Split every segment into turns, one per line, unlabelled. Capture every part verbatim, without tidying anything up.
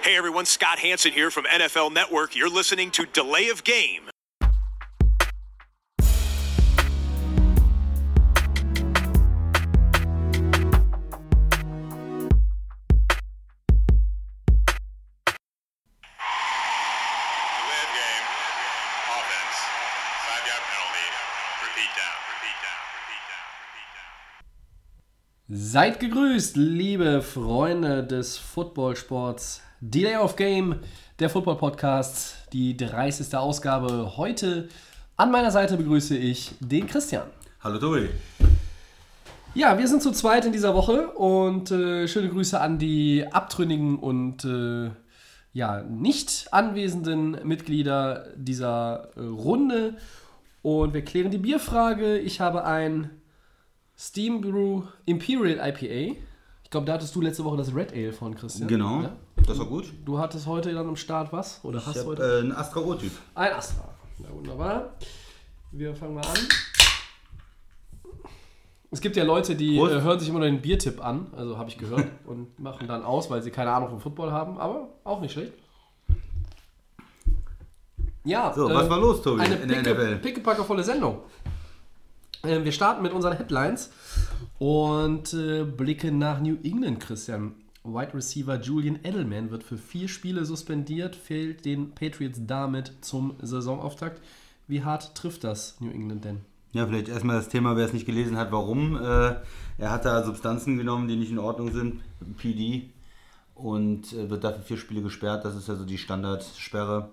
Hey everyone, Scott Hansen here from N F L Network. You're listening to Delay of Game.
Seid gegrüßt, liebe Freunde des Footballsports. Delay of Game, der Football-Podcast, die dreißigste Ausgabe. Heute an meiner Seite begrüße ich den Christian.
Hallo Tobi.
Ja, wir sind zu zweit in dieser Woche und äh, schöne Grüße an die abtrünnigen und äh, ja, nicht anwesenden Mitglieder dieser äh, Runde. Und wir klären die Bierfrage. Ich habe ein Steam Brew Imperial I P A. Ich glaube, da hattest du letzte Woche das Red Ale von Christian.
Genau,
ja?
Das war gut.
Du hattest heute dann am Start was? Oder
ich
hast
hab,
heute?
Äh, ein Astra O-Typ.
Ein Astra. Na wunderbar. Wir fangen mal an. Es gibt ja Leute, die äh, hören sich immer den Biertipp an, also habe ich gehört, und machen dann aus, weil sie keine Ahnung vom Football haben, aber auch nicht schlecht. Ja,
so,
äh,
was war los, Tobi,
eine
in der
picke,
N F L?
pickepackevolle Sendung. Äh, wir starten mit unseren Headlines und äh, blicken nach New England, Christian. Wide Receiver Julian Edelman wird für vier Spiele suspendiert, fehlt den Patriots damit zum Saisonauftakt. Wie hart trifft das New England denn?
Ja, vielleicht erstmal das Thema, wer es nicht gelesen hat, warum. Äh, er hat da Substanzen genommen, die nicht in Ordnung sind, P D, und äh, wird dafür vier Spiele gesperrt. Das ist also die Standardsperre.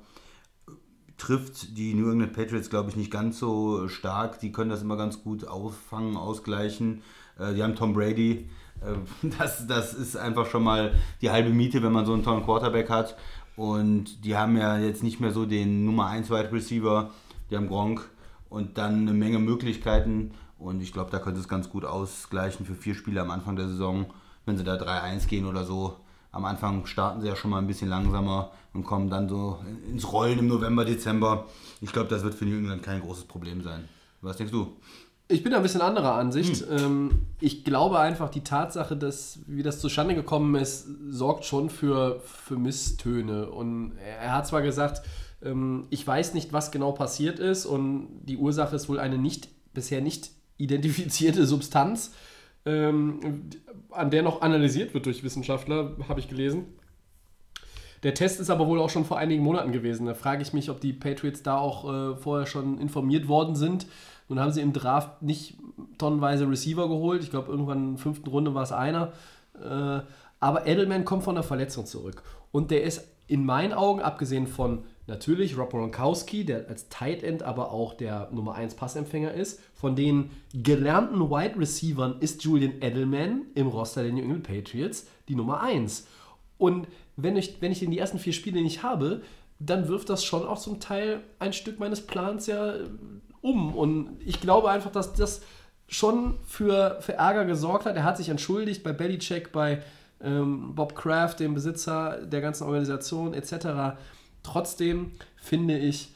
Trifft die New England Patriots, glaube ich, nicht ganz so stark. Die können das immer ganz gut auffangen, ausgleichen. Äh, die haben Tom Brady. Äh, das, das ist einfach schon mal die halbe Miete, wenn man so einen tollen Quarterback hat. Und die haben ja jetzt nicht mehr so den Nummer eins Wide Receiver. Die haben Gronk und dann eine Menge Möglichkeiten. Und ich glaube, da könnte es ganz gut ausgleichen für vier Spiele am Anfang der Saison. Wenn sie da drei eins gehen oder so. Am Anfang starten sie ja schon mal ein bisschen langsamer und kommen dann so ins Rollen im November, Dezember. Ich glaube, das wird für New England kein großes Problem sein. Was denkst du?
Ich bin da ein bisschen anderer Ansicht.
Hm.
Ich glaube einfach, die Tatsache, dass wie das zustande gekommen ist, sorgt schon für, für Misstöne. Und er hat zwar gesagt, ich weiß nicht, was genau passiert ist, und die Ursache ist wohl eine nicht, bisher nicht identifizierte Substanz, Ähm, an der noch analysiert wird durch Wissenschaftler, habe ich gelesen. Der Test ist aber wohl auch schon vor einigen Monaten gewesen. Da frage ich mich, ob die Patriots da auch äh, vorher schon informiert worden sind. Nun haben sie im Draft nicht tonnenweise Receiver geholt. Ich glaube, irgendwann in der fünften Runde war es einer. Äh, aber Edelman kommt von der Verletzung zurück. Und der ist in meinen Augen, abgesehen von natürlich Rob Gronkowski, der als Tight End aber auch der Nummer eins Passempfänger ist, von den gelernten Wide Receivern ist Julian Edelman im Roster der New England Patriots die Nummer eins. Und wenn ich, wenn ich den die ersten vier Spiele nicht habe, dann wirft das schon auch zum Teil ein Stück meines Plans ja um. Und ich glaube einfach, dass das schon für, für Ärger gesorgt hat. Er hat sich entschuldigt bei Belichick, bei ähm, Bob Kraft, dem Besitzer der ganzen Organisation et cetera. Trotzdem finde ich,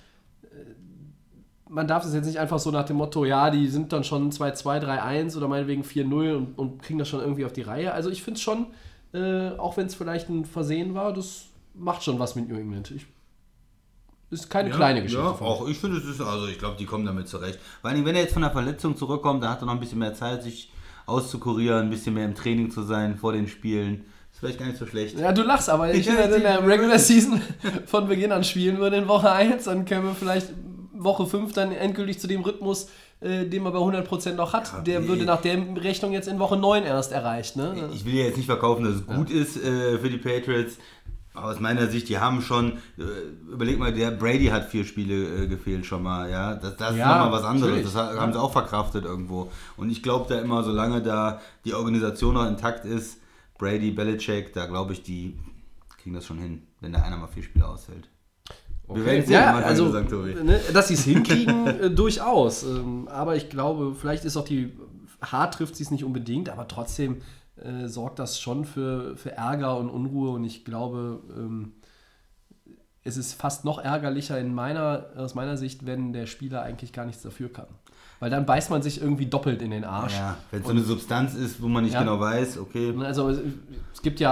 man darf es jetzt nicht einfach so nach dem Motto, ja, die sind dann schon zwei zwei, drei eins oder meinetwegen vier null und, und kriegen das schon irgendwie auf die Reihe. Also ich finde es schon, äh, auch wenn es vielleicht ein Versehen war, das macht schon was mit New England. Ich, ist keine
ja,
kleine Geschichte.
Ja, auch ich finde, es ist, also ich glaube, die kommen damit zurecht. Vor allem, wenn er jetzt von der Verletzung zurückkommt, dann hat er noch ein bisschen mehr Zeit, sich auszukurieren, ein bisschen mehr im Training zu sein vor den Spielen. Ist vielleicht gar nicht so schlecht.
Ja, du lachst, aber ich finde, in der Regular Season von Beginn an spielen würde in Woche eins, dann können wir vielleicht Woche fünf dann endgültig zu dem Rhythmus, äh, den man bei hundert Prozent noch hat. Ja, der nee. würde nach der Rechnung jetzt in Woche neun erst erreicht. Ne?
Ich will ja jetzt nicht verkaufen, dass es ja. gut ist äh, für die Patriots. Aber aus meiner Sicht, die haben schon, äh, überleg mal, der Brady hat vier Spiele äh, gefehlt schon mal. Ja? Das, das ja, ist nochmal was anderes. Natürlich. Das haben sie auch verkraftet irgendwo. Und ich glaube da immer, solange da die Organisation noch intakt ist, Brady, Belichick, da glaube ich, die kriegen das schon hin, wenn da einer mal vier Spiele ausfällt.
Okay. Wir werden sehen, ja, also, gesagt, ne, dass sie es hinkriegen, äh, durchaus. Ähm, aber ich glaube, vielleicht ist auch die, hart trifft sie es nicht unbedingt, aber trotzdem äh, sorgt das schon für, für Ärger und Unruhe. Und ich glaube, ähm, es ist fast noch ärgerlicher in meiner, aus meiner Sicht, wenn der Spieler eigentlich gar nichts dafür kann. Weil dann beißt man sich irgendwie doppelt in den Arsch.
Ja, wenn es so eine Substanz ist, wo man nicht ja. genau weiß, okay.
Also es gibt ja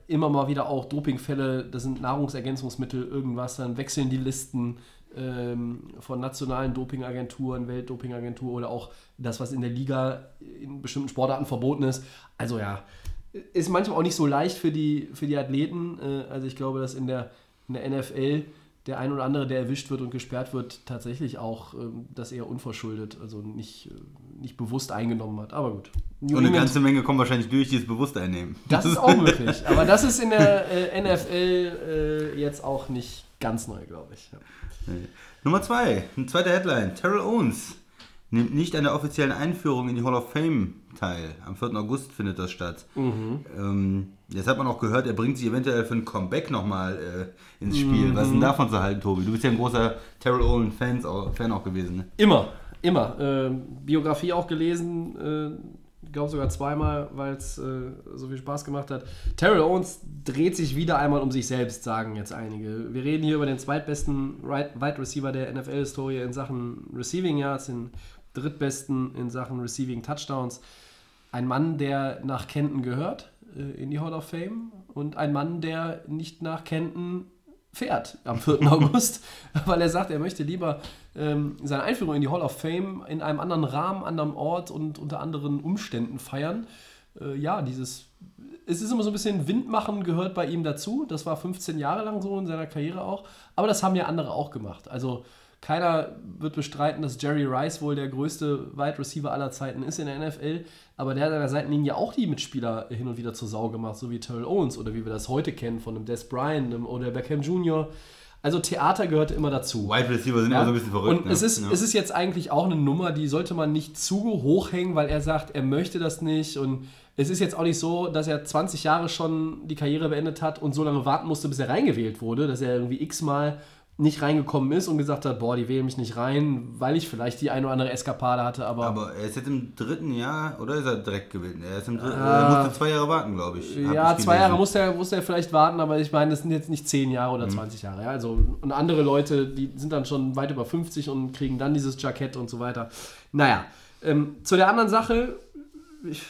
immer mal wieder auch Dopingfälle, das sind Nahrungsergänzungsmittel, irgendwas, dann wechseln die Listen ähm, von nationalen Dopingagenturen, Weltdopingagentur oder auch das, was in der Liga in bestimmten Sportarten verboten ist. Also ja, ist manchmal auch nicht so leicht für die, für die Athleten. Äh, also ich glaube, dass in der, in der N F L der ein oder andere, der erwischt wird und gesperrt wird, tatsächlich auch ähm, das eher unverschuldet, also nicht, äh, nicht bewusst eingenommen hat. Aber gut.
Und eine ganze Menge kommen wahrscheinlich durch, die es bewusst einnehmen.
Das ist auch möglich. Aber das ist in der äh, N F L äh, jetzt auch nicht ganz neu, glaube ich. Ja.
Nee. Nummer zwei, eine zweite Headline. Terrell Owens nimmt nicht an der offiziellen Einführung in die Hall of Fame teil. Am vierten August findet das statt. Mhm. Ähm, jetzt hat man auch gehört, er bringt sich eventuell für ein Comeback nochmal äh, ins Spiel. Mhm. Was ist denn davon zu halten, Tobi? Du bist ja ein großer Terrell Owens Fan auch, Fan auch gewesen. Ne?
Immer, immer. Ähm, Biografie auch gelesen, äh, ich glaube sogar zweimal, weil es äh, so viel Spaß gemacht hat. Terrell Owens dreht sich wieder einmal um sich selbst, sagen jetzt einige. Wir reden hier über den zweitbesten Wide Receiver der N F L-Historie in Sachen Receiving Yards, den drittbesten in Sachen Receiving Touchdowns. Ein Mann, der nach Kenton gehört äh, in die Hall of Fame und ein Mann, der nicht nach Kenton fährt am vierten August, weil er sagt, er möchte lieber ähm, seine Einführung in die Hall of Fame in einem anderen Rahmen, anderem Ort und unter anderen Umständen feiern. Äh, ja, dieses, es ist immer so ein bisschen Windmachen gehört bei ihm dazu. Das war fünfzehn Jahre lang so in seiner Karriere auch. Aber das haben ja andere auch gemacht. Also keiner wird bestreiten, dass Jerry Rice wohl der größte Wide Receiver aller Zeiten ist in der N F L, aber der hat an der Seitenlinie auch die Mitspieler hin und wieder zur Sau gemacht, so wie Terrell Owens oder wie wir das heute kennen von einem Des Bryant, einem Odell Beckham Junior Also Theater gehört immer dazu.
Wide Receiver sind ja immer so ein bisschen verrückt.
Und ne? es, ist, ja. es ist jetzt eigentlich auch eine Nummer, die sollte man nicht zu hoch hängen, weil er sagt, er möchte das nicht. Und es ist jetzt auch nicht so, dass er zwanzig Jahre schon die Karriere beendet hat und so lange warten musste, bis er reingewählt wurde, dass er irgendwie x-mal nicht reingekommen ist und gesagt hat, boah, die wählen mich nicht rein, weil ich vielleicht die eine oder andere Eskapade hatte, aber...
Aber er ist jetzt im dritten Jahr, oder ist er direkt gewählt? Er ist im dritten, ah, er musste zwei Jahre warten, glaube ich.
Ja, ich zwei Jahre musste er, musste er vielleicht warten, aber ich meine, das sind jetzt nicht zehn Jahre oder mhm. zwanzig Jahre. Ja? Also, und andere Leute, die sind dann schon weit über fünfzig und kriegen dann dieses Jackett und so weiter. Naja, ähm, zu der anderen Sache, ich,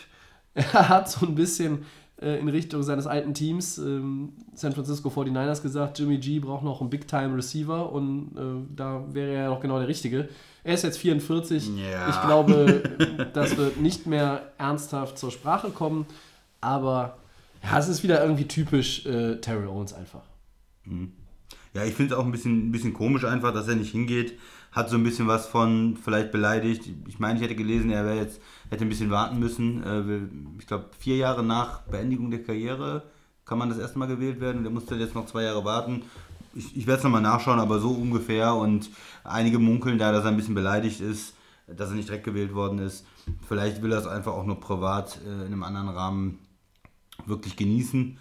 er hat so ein bisschen... in Richtung seines alten Teams, ähm, San Francisco forty-niners, gesagt, Jimmy G braucht noch einen Big-Time-Receiver und äh, da wäre er noch genau der Richtige. Er ist jetzt vierundvierzig. Ja. Ich glaube, das wird nicht mehr ernsthaft zur Sprache kommen, aber ja, es ist wieder irgendwie typisch äh, Terrell Owens einfach.
Mhm. Ja, ich finde es auch ein bisschen, ein bisschen komisch einfach, dass er nicht hingeht. Hat so ein bisschen was von vielleicht beleidigt. Ich meine, ich hätte gelesen, er wäre jetzt hätte ein bisschen warten müssen. Ich glaube, vier Jahre nach Beendigung der Karriere kann man das erste Mal gewählt werden. Und er musste jetzt noch zwei Jahre warten. Ich, ich werde es nochmal nachschauen, aber so ungefähr. Und einige munkeln da, dass er ein bisschen beleidigt ist, dass er nicht direkt gewählt worden ist. Vielleicht will er es einfach auch nur privat in einem anderen Rahmen wirklich genießen.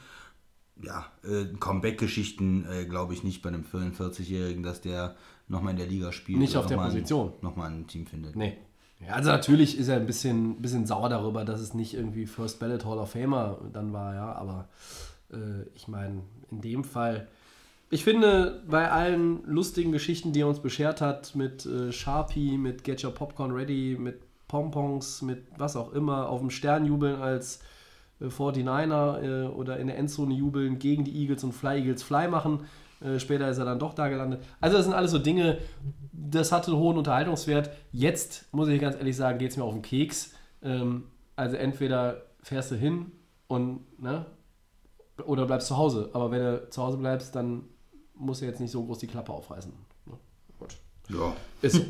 Ja, Comeback-Geschichten glaube ich nicht bei einem vierundvierzigjährigen, dass der nochmal in der Liga spielt.
Nicht auf der Position.
Nochmal ein Team findet.
Nee. Ja, also natürlich ist er ein bisschen, bisschen sauer darüber, dass es nicht irgendwie First Ballot Hall of Famer dann war, ja, aber äh, ich meine, in dem Fall, ich finde, bei allen lustigen Geschichten, die er uns beschert hat, mit äh, Sharpie, mit Get Your Popcorn Ready, mit Pompons, mit was auch immer, auf dem Stern jubeln als äh, forty-niner äh, oder in der Endzone jubeln gegen die Eagles und Fly Eagles Fly machen. Äh, später ist er dann doch da gelandet. Also das sind alles so Dinge, das hatte einen hohen Unterhaltungswert. Jetzt, muss ich ganz ehrlich sagen, geht es mir auf den Keks. Ähm, also entweder fährst du hin und, ne, oder bleibst zu Hause. Aber wenn du zu Hause bleibst, dann musst du jetzt nicht so groß die Klappe aufreißen. Ne? Gut.
Ja.
Ist so.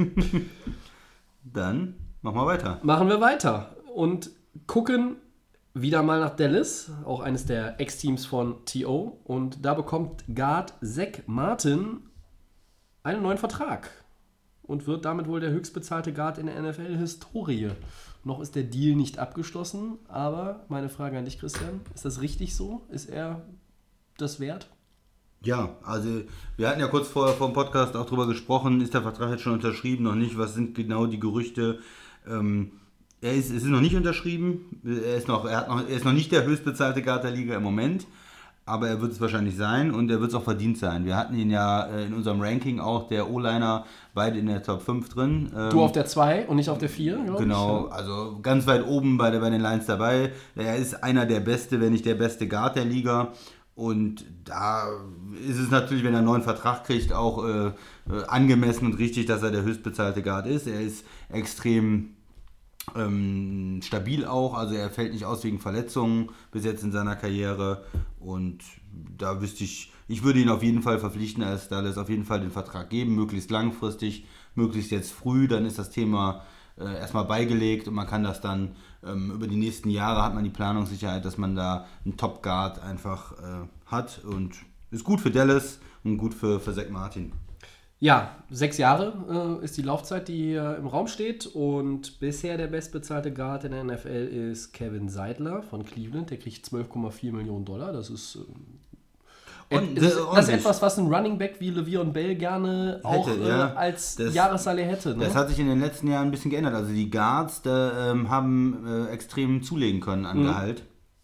Dann machen wir weiter.
Machen wir weiter und gucken wieder mal nach Dallas, auch eines der Ex-Teams von T O. Und da bekommt Guard Zach Martin einen neuen Vertrag und wird damit wohl der höchstbezahlte Guard in der N F L-Historie. Noch ist der Deal nicht abgeschlossen, aber meine Frage an dich, Christian, ist das richtig so? Ist er das wert?
Ja, also wir hatten ja kurz vorher vor dem Podcast auch drüber gesprochen, ist der Vertrag jetzt schon unterschrieben, noch nicht, was sind genau die Gerüchte? Ähm, Er ist, es ist noch nicht unterschrieben, er ist noch, er hat noch, er ist noch nicht der höchstbezahlte Guard der Liga im Moment, aber er wird es wahrscheinlich sein und er wird es auch verdient sein. Wir hatten ihn ja in unserem Ranking auch, der O-Liner, beide in der Top fünf drin.
Du auf der zwei und nicht auf der vier, glaube
Genau,
ich.
also ganz weit oben bei, der, bei den Lions dabei. Er ist einer der Beste, wenn nicht der beste Guard der Liga Und da ist es natürlich, wenn er einen neuen Vertrag kriegt, auch äh, angemessen und richtig, dass er der höchstbezahlte Guard ist. Er ist extrem ähm, stabil auch, also er fällt nicht aus wegen Verletzungen bis jetzt in seiner Karriere. Und da wüsste ich, ich würde ihn auf jeden Fall verpflichten als Dallas, auf jeden Fall den Vertrag geben, möglichst langfristig, möglichst jetzt früh, dann ist das Thema äh, erstmal beigelegt und man kann das dann ähm, über die nächsten Jahre hat man die Planungssicherheit, dass man da einen Top Guard einfach äh, hat und ist gut für Dallas und gut für, für Zach Martin.
Ja, sechs Jahre äh, ist die Laufzeit, die hier im Raum steht und bisher der bestbezahlte Guard in der N F L ist Kevin Seidler von Cleveland, der kriegt zwölf Komma vier Millionen Dollar, das ist... Äh, Und, das, das ist etwas, was ein Running Back wie Le'Veon Bell gerne auch hätte, ja. äh, als das, Jahressalär hätte. Ne?
Das hat sich in den letzten Jahren ein bisschen geändert. Also die Guards da, ähm, haben äh, extrem zulegen können an mhm. Gehalt.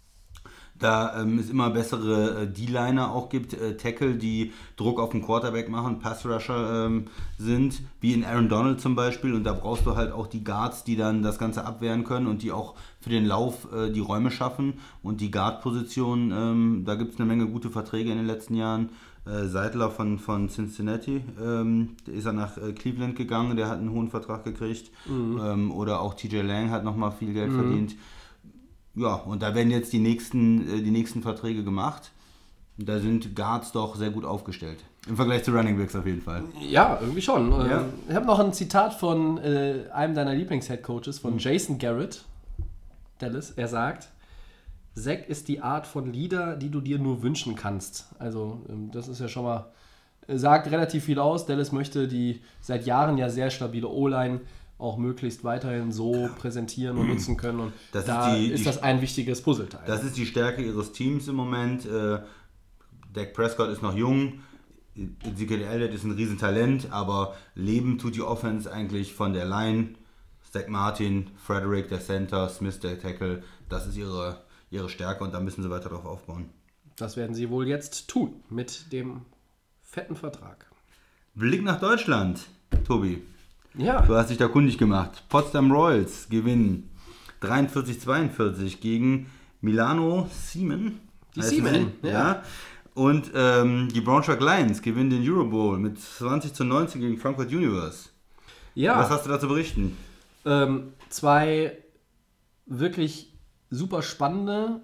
Da ähm, es immer bessere äh, D-Liner auch gibt, äh, Tackle, die Druck auf den Quarterback machen, Pass-Rusher ähm, sind, wie in Aaron Donald zum Beispiel. Und da brauchst du halt auch die Guards, die dann das Ganze abwehren können und die auch für den Lauf äh, die Räume schaffen. Und die Guard-Position, ähm, da gibt es eine Menge gute Verträge in den letzten Jahren. Äh, Seidler von, von Cincinnati, ähm, der ist er nach äh, Cleveland gegangen, der hat einen hohen Vertrag gekriegt. Mhm. Ähm, oder auch T J Lang hat nochmal viel Geld mhm. verdient. Ja, und da werden jetzt die nächsten, die nächsten Verträge gemacht. Da sind Guards doch sehr gut aufgestellt. Im Vergleich zu Running Backs auf jeden Fall.
Ja, irgendwie schon. Ja. Ich habe noch ein Zitat von äh, einem deiner Lieblings-Headcoaches, von mhm. Jason Garrett, Dallas. Er sagt, Zach ist die Art von Leader, die du dir nur wünschen kannst. Also das ist ja schon mal, sagt relativ viel aus. Dallas möchte die seit Jahren ja sehr stabile O-Line auch möglichst weiterhin so präsentieren und nutzen können. Und das da ist, die, ist das ein wichtiges Puzzleteil.
Das ist die Stärke ihres Teams im Moment. Äh, Dak Prescott ist noch jung, Ezekiel Elliott ist ein Riesentalent, aber leben tut die Offense eigentlich von der Line. Zach Martin, Frederick, der Center, Smith, der Tackle, das ist ihre, ihre Stärke und da müssen sie weiter drauf aufbauen.
Das werden sie wohl jetzt tun mit dem fetten Vertrag.
Blick nach Deutschland, Tobi.
Ja.
Du hast dich da kundig gemacht. Potsdam Royals gewinnen dreiundvierzig zweiundvierzig gegen Milano Siemen.
Die Siemen,
ja. ja. Und ähm, die Braunschweig Lions gewinnen den Euro Bowl mit zwanzig zu neunzehn gegen Frankfurt Universe.
Ja.
Was hast du da zu berichten?
Ähm, zwei wirklich super spannende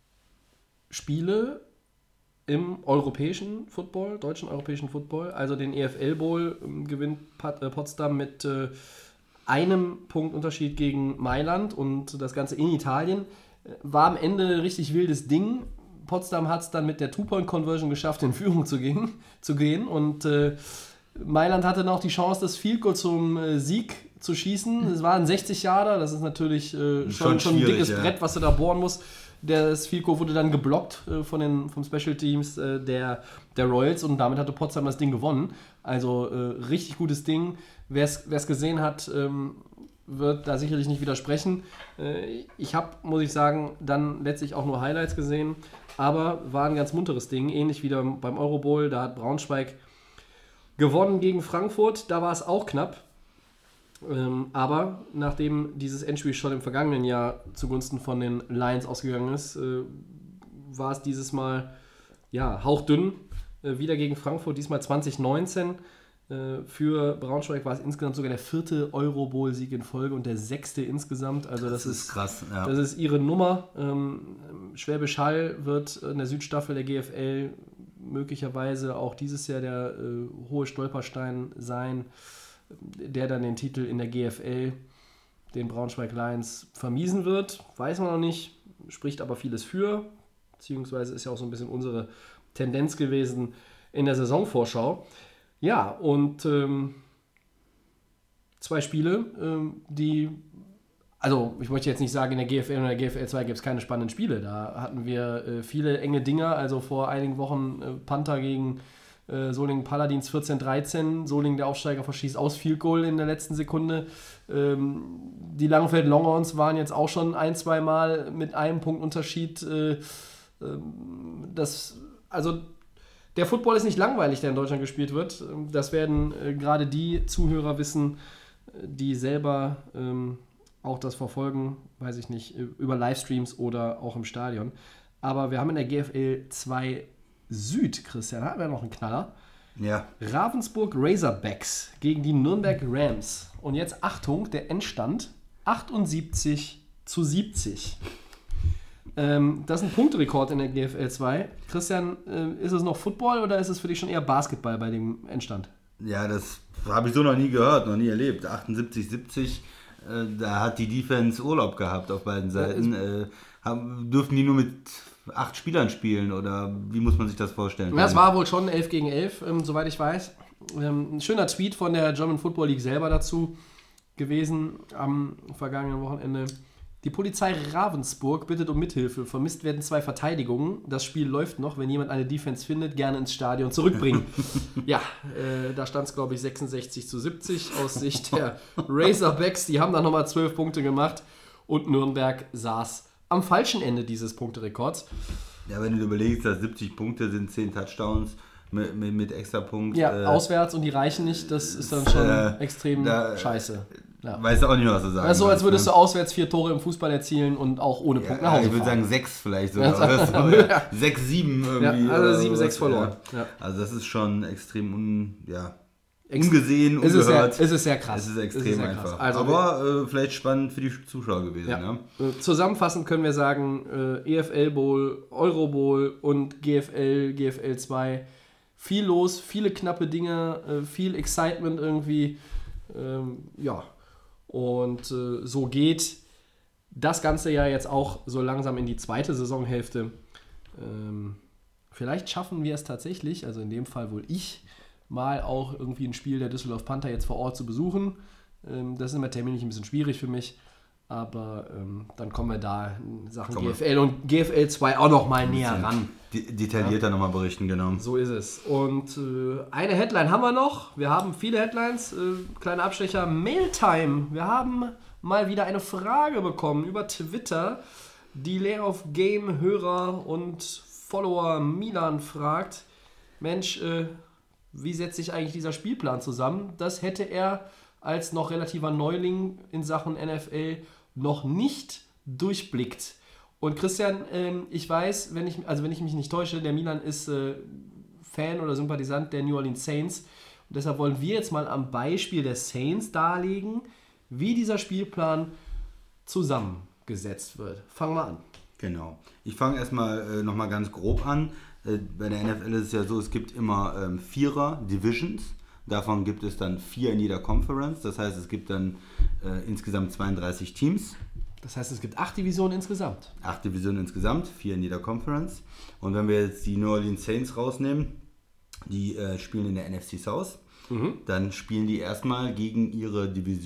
Spiele im europäischen Football, deutschen europäischen Football, also den E F L Bowl ähm, gewinnt Pat, äh, Potsdam mit äh, einem Punkt Unterschied gegen Mailand und das Ganze in Italien. Äh, war am Ende ein richtig wildes Ding. Potsdam hat es dann mit der Two-Point-Conversion geschafft, in Führung zu gehen, zu gehen und äh, Mailand hatte noch die Chance, das Field Goal zum äh, Sieg zu schießen. Es waren sechzig Yarder, das ist natürlich äh, schon, schon, schon ein dickes ja. Brett, was du da bohren musst. Das Field Goal wurde dann geblockt äh, von den vom Special Teams äh, der, der Royals und damit hatte Potsdam das Ding gewonnen. Also äh, richtig gutes Ding. Wer es gesehen hat, ähm, wird da sicherlich nicht widersprechen. Äh, ich habe, muss ich sagen, dann letztlich auch nur Highlights gesehen, aber war ein ganz munteres Ding. Ähnlich wie beim Euro Bowl, da hat Braunschweig gewonnen gegen Frankfurt, da war es auch knapp. Ähm, aber nachdem dieses Endspiel schon im vergangenen Jahr zugunsten von den Lions ausgegangen ist, äh, war es dieses Mal ja, hauchdünn. Äh, wieder gegen Frankfurt, diesmal zwanzig neunzehn. Äh, für Braunschweig war es insgesamt sogar der vierte Euro-Bowl-Sieg in Folge und der sechste insgesamt. Also das, das ist, ist krass. Ja. Das ist ihre Nummer. Ähm, Schwäbisch Hall wird in der Südstaffel der G F L möglicherweise auch dieses Jahr der äh, hohe Stolperstein sein, der dann den Titel in der G F L den Braunschweig Lions vermiesen wird. Weiß man noch nicht, spricht aber vieles für, beziehungsweise ist ja auch so ein bisschen unsere Tendenz gewesen in der Saisonvorschau. Ja, und ähm, zwei Spiele, ähm, die, also ich möchte jetzt nicht sagen, in der G F L und in der G F L zwei gibt es keine spannenden Spiele. Da hatten wir äh, viele enge Dinger, also vor einigen Wochen äh, Panther gegen Äh, Solingen Paladins vierzehn dreizehn, Solingen der Aufsteiger verschießt aus Field Goal in der letzten Sekunde. Ähm, die Langenfeld Longhorns waren jetzt auch schon ein, zwei Mal mit einem Punkt Unterschied. Äh, äh, das, also der Football ist nicht langweilig, der in Deutschland gespielt wird. Das werden äh, gerade die Zuhörer wissen, die selber ähm, auch das verfolgen, weiß ich nicht, über Livestreams oder auch im Stadion. Aber wir haben in der G F L zwei Süd, Christian, haben wir noch einen Knaller.
Ja.
Ravensburg Razorbacks gegen die Nürnberg Rams. Und jetzt Achtung, der Endstand achtundsiebzig zu siebzig. Ähm, das ist ein Punkterekord in der G F L zwei. Christian, äh, ist es noch Football oder ist es für dich schon eher Basketball bei dem Endstand?
Ja, das habe ich so noch nie gehört, noch nie erlebt. achtundsiebzig siebzig, äh, da hat die Defense Urlaub gehabt auf beiden Seiten. Äh, haben, dürfen die nur mit acht Spielern spielen oder wie muss man sich das vorstellen?
Ja, es war wohl schon elf gegen elf, ähm, soweit ich weiß. Ähm, ein schöner Tweet von der German Football League selber dazu gewesen am vergangenen Wochenende. Die Polizei Ravensburg bittet um Mithilfe. Vermisst werden zwei Verteidigungen. Das Spiel läuft noch. Wenn jemand eine Defense findet, gerne ins Stadion zurückbringen. Ja, äh, da stand es, glaube ich, sechsundsechzig zu siebzig aus Sicht der Razorbacks. Die haben dann nochmal zwölf Punkte gemacht und Nürnberg saß am falschen Ende dieses Punkterekords.
Ja, wenn du überlegst, dass siebzig Punkte sind, zehn Touchdowns mit, mit, mit Extrapunkt.
Ja,
äh,
auswärts und die reichen nicht. Das ist dann schon
äh,
extrem
da,
scheiße. Ja.
Weißt du auch nicht, was du sagen
Das ist so, als würdest
ne?
du auswärts vier Tore im Fußball erzielen und auch ohne Punkt
ja,
nach Hause
ich würde
fahren.
sagen sechs vielleicht sogar.
Ja,
oder so. Ja. sechs sieben irgendwie.
Ja, also
oder
sieben sechs
sowas.
verloren.
Ja.
Ja.
Also das ist schon extrem un, ja,
Ex-
ungesehen,
Es ist, sehr,
ungehört.
es ist sehr krass.
Es ist extrem
Es ist sehr
einfach.
krass. Also,
Aber äh, vielleicht spannend für die Zuschauer gewesen.
ja.
Ja.
Äh, Zusammenfassend können wir sagen, äh, E F L Bowl, Euro Bowl und G F L, G F L zwei. Viel los, viele knappe Dinge, äh, viel Excitement irgendwie. Ähm, ja, und äh, so geht das Ganze ja jetzt auch so langsam in die zweite Saisonhälfte. Ähm, vielleicht schaffen wir es tatsächlich, also in dem Fall wohl ich, mal auch irgendwie ein Spiel der Düsseldorf Panther jetzt vor Ort zu besuchen. Ähm, das ist immer terminlich ein bisschen schwierig für mich, aber ähm, dann kommen wir da in Sachen
Komm
G F L und G F L zwei auch noch mal näher ran.
De- detaillierter ja. nochmal berichten, genau.
So ist es. Und äh, eine Headline haben wir noch. Wir haben viele Headlines. Äh, kleiner Abstecher, Mailtime. Wir haben mal wieder eine Frage bekommen über Twitter. Die Layer of Game Hörer und Follower Milan fragt, Mensch, äh, wie setzt sich eigentlich dieser Spielplan zusammen? Das hätte er als noch relativer Neuling in Sachen N F L noch nicht durchblickt. Und Christian, ähm, ich weiß, wenn ich, also wenn ich mich nicht täusche, der Milan ist äh, Fan oder Sympathisant der New Orleans Saints. Und deshalb wollen wir jetzt mal am Beispiel der Saints darlegen, wie dieser Spielplan zusammengesetzt wird. Fangen wir an.
Genau. Ich fange erstmal äh, nochmal ganz grob an. Äh, bei der N F L ist es ja so, es gibt immer ähm, Vierer-Divisions. Davon gibt es dann vier in jeder Conference. Das heißt, es gibt dann äh, insgesamt zweiunddreißig Teams.
Das heißt, es gibt acht Divisionen insgesamt.
Acht Divisionen insgesamt, vier in jeder Conference. Und wenn wir jetzt die New Orleans Saints rausnehmen, die äh, spielen in der N F C South, mhm. dann spielen die erstmal gegen ihre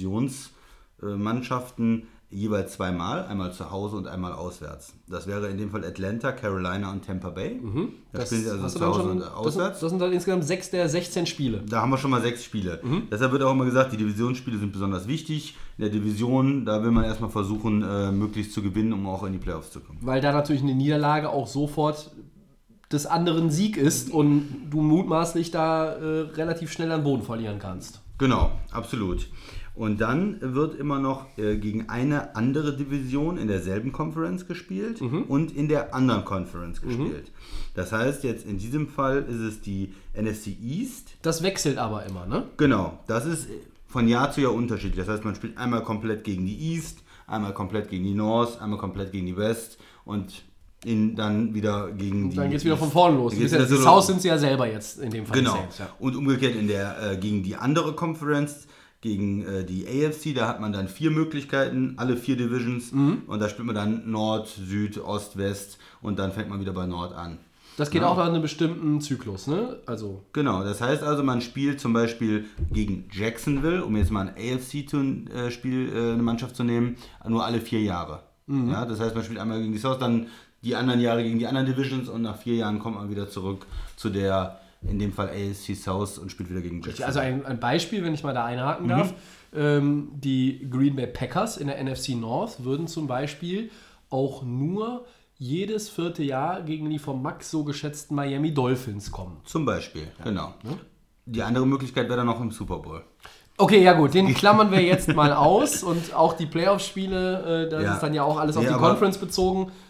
Divisionsmannschaften äh, jeweils zweimal, einmal zu Hause und einmal auswärts. Das wäre in dem Fall Atlanta, Carolina und Tampa Bay. Mhm. Da
das
spielen sie also
zu
Hause
schon,
und
das
auswärts.
Sind, das sind dann insgesamt sechs der sechzehn Spiele.
Da haben wir schon mal sechs Spiele. Mhm. Deshalb wird auch immer gesagt, die Divisionsspiele sind besonders wichtig. In der Division, da will man erstmal versuchen, äh, möglichst zu gewinnen, um auch in die Playoffs zu kommen.
Weil da natürlich eine Niederlage auch sofort des anderen Sieg ist und du mutmaßlich da äh, relativ schnell an Boden verlieren kannst.
Genau, absolut. Und dann wird immer noch äh, gegen eine andere Division in derselben Conference gespielt mhm. und in der anderen Conference gespielt. Mhm. Das heißt, jetzt in diesem Fall ist es die N F C East.
Das wechselt aber immer, ne?
Genau, das ist von Jahr zu Jahr unterschiedlich. Das heißt, man spielt einmal komplett gegen die East, einmal komplett gegen die North, einmal komplett gegen die West und in, dann wieder gegen
und
die...
Dann geht es wieder von vorne los. Die
so
South sind sie ja selber jetzt in dem Fall.
Genau,
Saints, ja.
Und umgekehrt in der äh, gegen die andere Conference... Gegen äh, die A F C, da hat man dann vier Möglichkeiten, alle vier Divisions mhm. und da spielt man dann Nord, Süd, Ost, West und dann fängt man wieder bei Nord an.
Das geht
ja.
auch nach einem bestimmten Zyklus, ne? Also
genau, das heißt also, man spielt zum Beispiel gegen Jacksonville, um jetzt mal ein A F C-Spiel, äh, eine Mannschaft zu nehmen, nur alle vier Jahre. Mhm. Ja, das heißt, man spielt einmal gegen die South, dann die anderen Jahre gegen die anderen Divisions und nach vier Jahren kommt man wieder zurück zu der... in dem Fall A F C South und spielt wieder gegen Jacksonville.
Also ein, ein Beispiel, wenn ich mal da einhaken darf. Mhm. Ähm, die Green Bay Packers in der N F C North würden zum Beispiel auch nur jedes vierte Jahr gegen die vom Max so geschätzten Miami Dolphins kommen.
Zum Beispiel, ja. Genau. Ja. Die andere Möglichkeit wäre dann noch im Super Bowl.
Okay, ja gut, den klammern wir jetzt mal aus und auch die Playoff-Spiele, äh, das ja. ist dann ja auch alles auf ja, die Conference bezogen.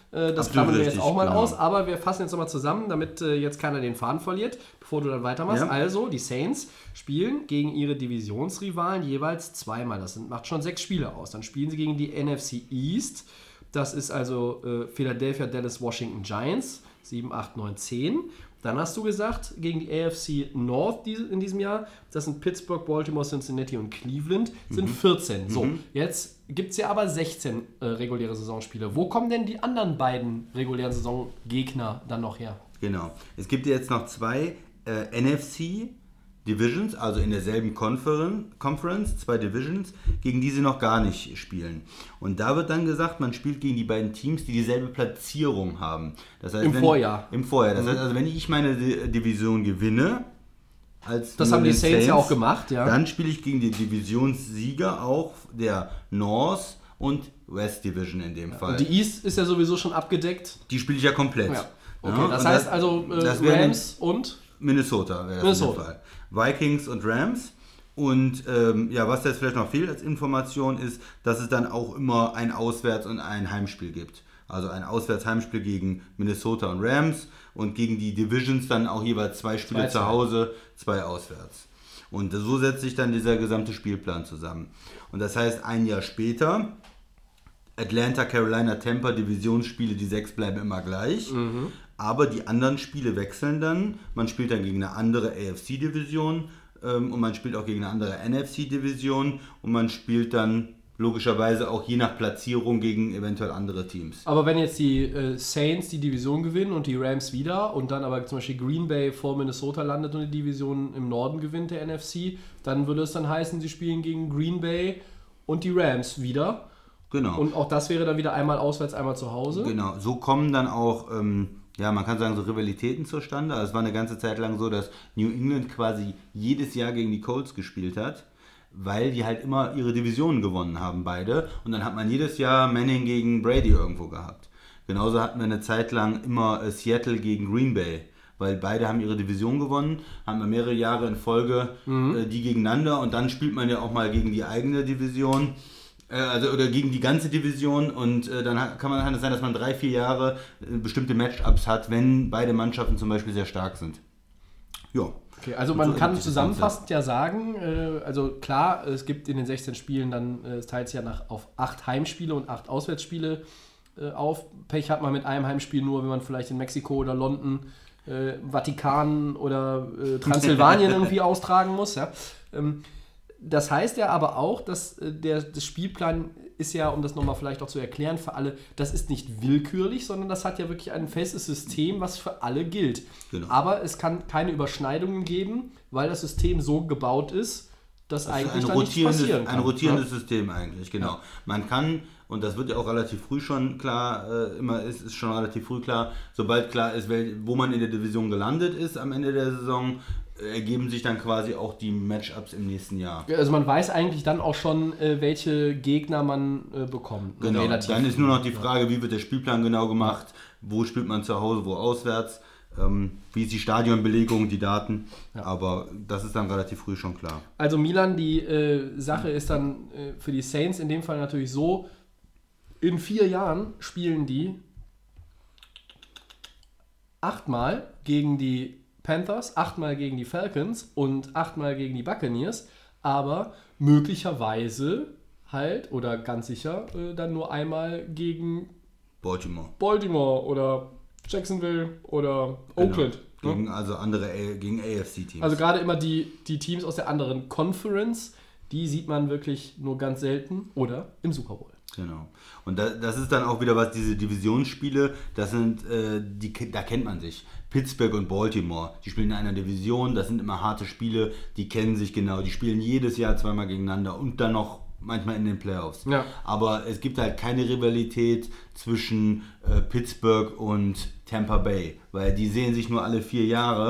Äh, das
Absolut
klammern wir
richtig,
jetzt auch mal
genau.
aus, aber wir fassen jetzt nochmal zusammen, damit äh, jetzt keiner den Faden verliert, bevor du dann weitermachst.
Ja.
Also, die Saints spielen gegen ihre Divisionsrivalen jeweils zweimal. Das sind, macht schon sechs Spiele aus. Dann spielen sie gegen die N F C East. Das ist also äh, Philadelphia, Dallas, Washington Giants. sieben, acht, neun, zehn. Dann hast du gesagt, gegen die A F C North die, in diesem Jahr, das sind Pittsburgh, Baltimore, Cincinnati und Cleveland, sind mhm. vierzehn. So, mhm. jetzt gibt es ja aber sechzehn äh, reguläre Saisonspiele. Wo kommen denn die anderen beiden regulären Saisongegner dann noch her?
Genau. Es gibt jetzt noch zwei äh, N F C Divisions, also in derselben Conferen- Conference, zwei Divisions, gegen die sie noch gar nicht spielen. Und da wird dann gesagt, man spielt gegen die beiden Teams, die dieselbe Platzierung haben. Das heißt,
Im
wenn,
Vorjahr.
Im Vorjahr. Das
mhm.
heißt also, wenn ich meine Di- Division gewinne, als
das haben die Saints, Saints ja auch gemacht, ja.
Dann spiele ich gegen die Divisionssieger auch der North und West Division in dem Fall.
Und die East ist ja sowieso schon abgedeckt.
Die spiele ich ja komplett.
Ja. Okay,
ja,
das
und
heißt
das,
also äh,
das
Rams und
Minnesota wäre das
Minnesota.
in dem Fall. Vikings und Rams. Und ähm, ja, was jetzt vielleicht noch fehlt als Information ist, dass es dann auch immer ein Auswärts- und ein Heimspiel gibt. Also ein Auswärts-Heimspiel gegen Minnesota und Rams und gegen die Divisions dann auch jeweils zwei Spiele
zwei,
zu Hause, zwei auswärts. Und so setzt sich dann dieser gesamte Spielplan zusammen. Und das heißt, ein Jahr später, Atlanta, Carolina, Tampa, Divisionsspiele, die sechs bleiben immer gleich. Mhm. Aber die anderen Spiele wechseln dann. Man spielt dann gegen eine andere A F C-Division ähm, und man spielt auch gegen eine andere N F C-Division und man spielt dann logischerweise auch je nach Platzierung gegen eventuell andere Teams.
Aber wenn jetzt die äh, Saints die Division gewinnen und die Rams wieder und dann aber zum Beispiel Green Bay vor Minnesota landet und die Division im Norden gewinnt, der N F C, dann würde es dann heißen, sie spielen gegen Green Bay und die Rams wieder.
Genau.
Und auch das wäre dann wieder einmal auswärts, einmal zu Hause.
Genau, so kommen dann auch, ähm, ja, man kann sagen, so Rivalitäten zustande. Also es war eine ganze Zeit lang so, dass New England quasi jedes Jahr gegen die Colts gespielt hat, weil die halt immer ihre Divisionen gewonnen haben, beide. Und dann hat man jedes Jahr Manning gegen Brady irgendwo gehabt. Genauso hatten wir eine Zeit lang immer äh, Seattle gegen Green Bay, weil beide haben ihre Division gewonnen, haben wir mehrere Jahre in Folge mhm. äh, die gegeneinander und dann spielt man ja auch mal gegen die eigene Division. Also oder gegen die ganze Division und äh, dann kann man kann es sein, dass man drei, vier Jahre äh, bestimmte Matchups hat, wenn beide Mannschaften zum Beispiel sehr stark sind. Ja.
Okay, also man so kann zusammenfassend ja sagen, äh, also klar, es gibt in den sechzehn Spielen dann, äh, es teilt sich ja nach, auf acht Heimspiele und acht Auswärtsspiele äh, auf. Pech hat man mit einem Heimspiel nur, wenn man vielleicht in Mexiko oder London, äh, Vatikan oder äh, Transsilvanien irgendwie austragen muss. Ja. Ähm, Das heißt ja aber auch, dass äh, der das Spielplan ist ja, um das nochmal vielleicht auch zu erklären für alle, das ist nicht willkürlich, sondern das hat ja wirklich ein festes System, was für alle gilt. Genau. Aber es kann keine Überschneidungen geben, weil das System so gebaut ist, dass das eigentlich da nichts passieren kann.
Ein rotierendes ja? System eigentlich, genau. Ja. Man kann, und das wird ja auch relativ früh schon klar, äh, immer ist, ist schon relativ früh klar, sobald klar ist, wo man in der Division gelandet ist am Ende der Saison, ergeben sich dann quasi auch die Matchups im nächsten Jahr.
Also man weiß eigentlich dann auch schon, welche Gegner man bekommt.
Genau, relativ dann ist nur noch die Frage, wie wird der Spielplan genau gemacht, wo spielt man zu Hause, wo auswärts, ähm, wie ist die Stadionbelegung, die Daten, ja. Aber das ist dann relativ früh schon klar.
Also Milan, die äh, Sache ist dann äh, für die Saints in dem Fall natürlich so, in vier Jahren spielen die achtmal gegen die Panthers, achtmal gegen die Falcons und achtmal gegen die Buccaneers, aber möglicherweise halt oder ganz sicher äh, dann nur einmal gegen
Baltimore.
Baltimore oder Jacksonville oder Oakland.
Genau. Gegen, also andere gegen A F C-Teams.
Also gerade immer die, die Teams aus der anderen Conference, die sieht man wirklich nur ganz selten oder im Super Bowl.
Genau. Und da, das ist dann auch wieder was, diese Divisionsspiele, das sind, äh, die, da kennt man sich. Pittsburgh und Baltimore, die spielen in einer Division, das sind immer harte Spiele, die kennen sich genau, die spielen jedes Jahr zweimal gegeneinander und dann noch manchmal in den Playoffs. Ja. Aber es gibt halt keine Rivalität zwischen äh, Pittsburgh und Tampa Bay, weil die sehen sich nur alle vier Jahre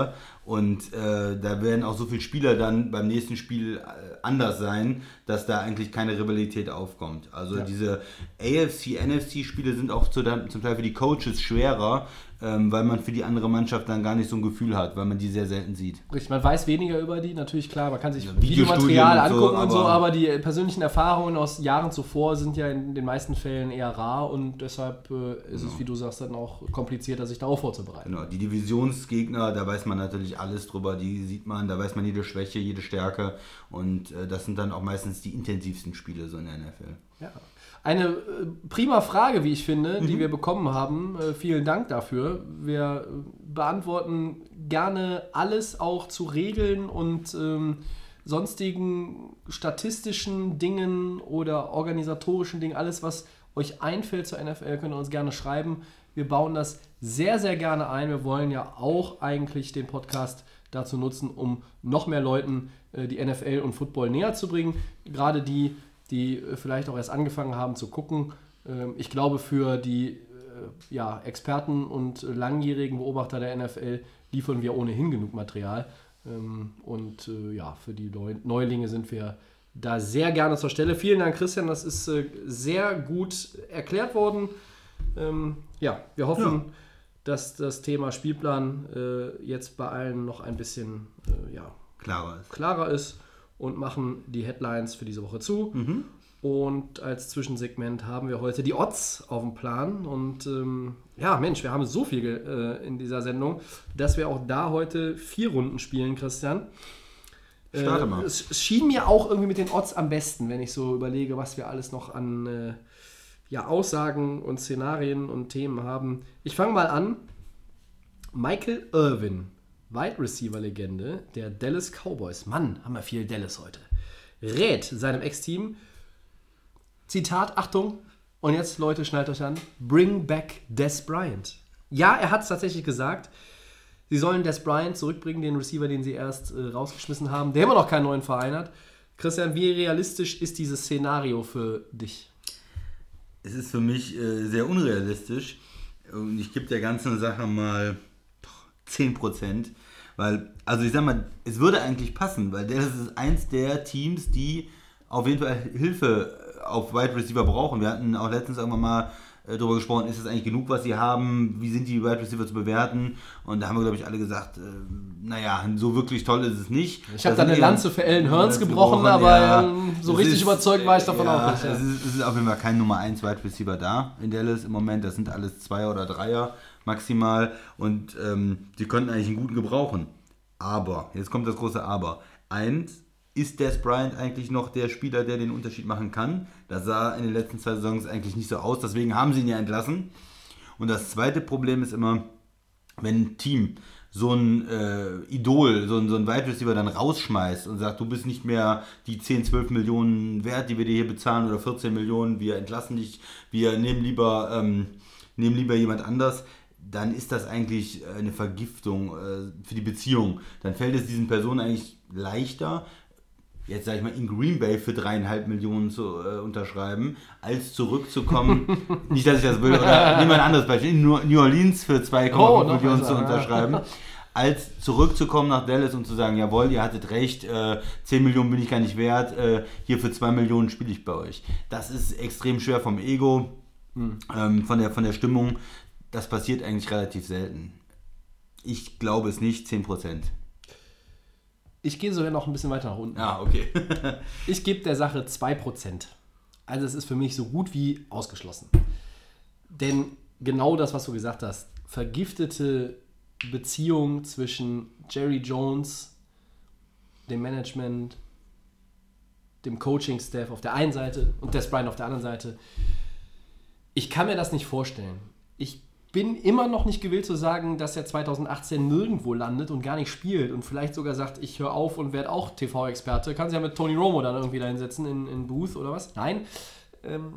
Und äh, da werden auch so viele Spieler dann beim nächsten Spiel äh, anders sein, dass da eigentlich keine Rivalität aufkommt. Also ja. diese A F C, N F C-Spiele sind auch zu, zum Teil für die Coaches schwerer, ähm, weil man für die andere Mannschaft dann gar nicht so ein Gefühl hat, weil man die sehr selten sieht.
Richtig, man weiß weniger über die, natürlich klar, man kann sich
ja,
Videomaterial angucken
so,
und so, aber die persönlichen Erfahrungen aus Jahren zuvor sind ja in den meisten Fällen eher rar und deshalb äh, ist genau. es, wie du sagst, dann auch komplizierter, sich darauf vorzubereiten.
Genau, die Divisionsgegner, da weiß man natürlich alles drüber, die sieht man, da weiß man jede Schwäche, jede Stärke und äh, das sind dann auch meistens die intensivsten Spiele so in der N F L.
Ja. Eine äh, prima Frage, wie ich finde,
mhm.
die wir bekommen haben. Äh, vielen Dank dafür. Wir äh, beantworten gerne alles auch zu Regeln und ähm, sonstigen statistischen Dingen oder organisatorischen Dingen. Alles, was euch einfällt zur N F L, könnt ihr uns gerne schreiben. Wir bauen das sehr, sehr gerne ein. Wir wollen ja auch eigentlich den Podcast dazu nutzen, um noch mehr Leuten äh, die N F L und Football näher zu bringen. Gerade die, die äh, vielleicht auch erst angefangen haben zu gucken. Ähm, ich glaube, für die äh, ja, Experten und äh, langjährigen Beobachter der N F L liefern wir ohnehin genug Material. Ähm, und äh, ja, für die Neu- Neulinge sind wir da sehr gerne zur Stelle. Vielen Dank, Christian. Das ist äh, sehr gut erklärt worden. Ähm, ja, wir hoffen, ja. dass das Thema Spielplan äh, jetzt bei allen noch ein bisschen äh, ja,
klarer ist.
klarer ist und machen die Headlines für diese Woche zu.
Mhm.
Und als Zwischensegment haben wir heute die Odds auf dem Plan. Und ähm, ja, Mensch, wir haben so viel äh, in dieser Sendung, dass wir auch da heute vier Runden spielen, Christian. Äh,
Starte mal.
Es, es schien mir auch irgendwie mit den Odds am besten, wenn ich so überlege, was wir alles noch an äh, ja, Aussagen und Szenarien und Themen haben. Ich fange mal an. Michael Irvin, Wide Receiver-Legende der Dallas Cowboys. Mann, haben wir viel Dallas heute. Rät seinem Ex-Team, Zitat, Achtung, und jetzt, Leute, schnallt euch an, bring back Dez Bryant. Ja, er hat es tatsächlich gesagt. Sie sollen Dez Bryant zurückbringen, den Receiver, den sie erst äh, rausgeschmissen haben, der immer noch keinen neuen Verein hat. Christian, wie realistisch ist dieses Szenario für dich?
Es ist für mich äh, sehr unrealistisch und ich gebe der ganzen Sache mal zehn Prozent, weil, also ich sag mal, es würde eigentlich passen, weil das ist eins der Teams, die auf jeden Fall Hilfe auf Wide Receiver brauchen. Wir hatten auch letztens irgendwann mal äh, darüber gesprochen, ist das eigentlich genug, was sie haben, wie sind die Wide Receiver zu bewerten, und da haben wir, glaube ich, alle gesagt, äh, naja, so wirklich toll ist es nicht.
Ich habe da eine Lanze für Allen Hurns gebrochen, gebrochen, aber ja, so richtig ist, überzeugt war ich davon ja, auch nicht. Ja.
Es, ist, es ist auf jeden Fall kein Nummer eins Wide Receiver da in Dallas im Moment, das sind alles Zweier oder Dreier maximal und ähm, die könnten eigentlich einen guten gebrauchen. Aber, jetzt kommt das große Aber, eins, ist Dez Bryant eigentlich noch der Spieler, der den Unterschied machen kann? Das sah in den letzten zwei Saisons eigentlich nicht so aus, deswegen haben sie ihn ja entlassen. Und das zweite Problem ist immer, wenn ein Team so ein äh, Idol, so ein, so ein Wide Receiver dann rausschmeißt und sagt, du bist nicht mehr die zehn, zwölf Millionen wert, die wir dir hier bezahlen, oder vierzehn Millionen, wir entlassen dich, wir nehmen lieber, ähm, nehmen lieber jemand anders, dann ist das eigentlich eine Vergiftung äh, für die Beziehung. Dann fällt es diesen Personen eigentlich leichter, jetzt sage ich mal, in Green Bay für dreieinhalb Millionen zu äh, unterschreiben, als zurückzukommen, nicht, dass ich das will, oder niemand anderes Beispiel, in New Orleans für zwei Komma fünf oh, Millionen zu unterschreiben, als zurückzukommen nach Dallas und zu sagen, jawohl, ihr hattet recht, äh, zehn Millionen bin ich gar nicht wert, äh, hier für zwei Millionen spiele ich bei euch. Das ist extrem schwer vom Ego, hm. ähm, von der, von der Stimmung. Das passiert eigentlich relativ selten. Ich glaube es nicht, zehn Prozent.
Ich gehe sogar noch ein bisschen weiter nach unten.
Ah, okay.
Ich gebe der Sache zwei Prozent. Also es ist für mich so gut wie ausgeschlossen. Denn genau das, was du gesagt hast, vergiftete Beziehung zwischen Jerry Jones, dem Management, dem Coaching-Staff auf der einen Seite und Dez Bryant auf der anderen Seite. Ich kann mir das nicht vorstellen. Ich bin immer noch nicht gewillt zu sagen, dass er zwanzig achtzehn nirgendwo landet und gar nicht spielt und vielleicht sogar sagt, ich höre auf und werde auch T V-Experte. Kann sich ja mit Tony Romo dann irgendwie da hinsetzen in, in Booth oder was? Nein. Ähm,